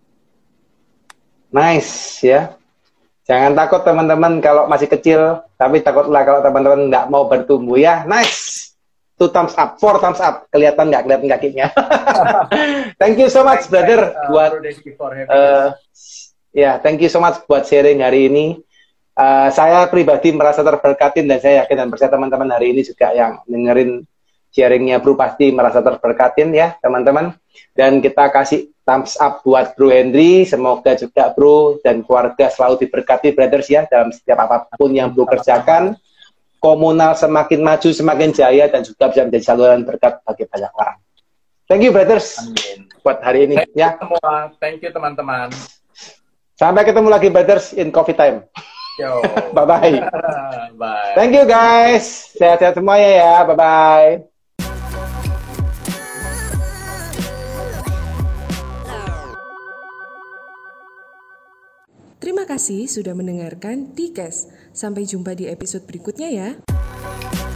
Nice ya. Jangan takut teman-teman kalau masih kecil, tapi takutlah kalau teman-teman nggak mau bertumbuh ya. Nice. Two thumbs up, four thumbs up. Kelihatan nggak kelihatan kakinya? Thank you so much, brother. Uh, buat uh, ya, thank you so much buat sharing hari ini. Uh, saya pribadi merasa terberkatin dan saya yakin dan percaya teman-teman hari ini juga yang dengerin sharingnya Bro pasti merasa terberkatin ya teman-teman. Dan kita kasih thumbs up buat Bro Henry. Semoga juga Bro dan keluarga selalu diberkati brothers ya dalam setiap apapun yang Bro kerjakan. Komunal semakin maju, semakin jaya, dan juga bisa menjadi saluran berkat bagi banyak orang. Thank you brothers. Amin. Buat hari ini. Thank ya. you semua. Thank you teman-teman. Sampai ketemu lagi brothers in coffee time. Yo. Bye-bye. Bye. Thank you guys. Sehat-sehat semuanya ya. Bye-bye. Terima kasih sudah mendengarkan T-Cast. Sampai jumpa di episode berikutnya ya.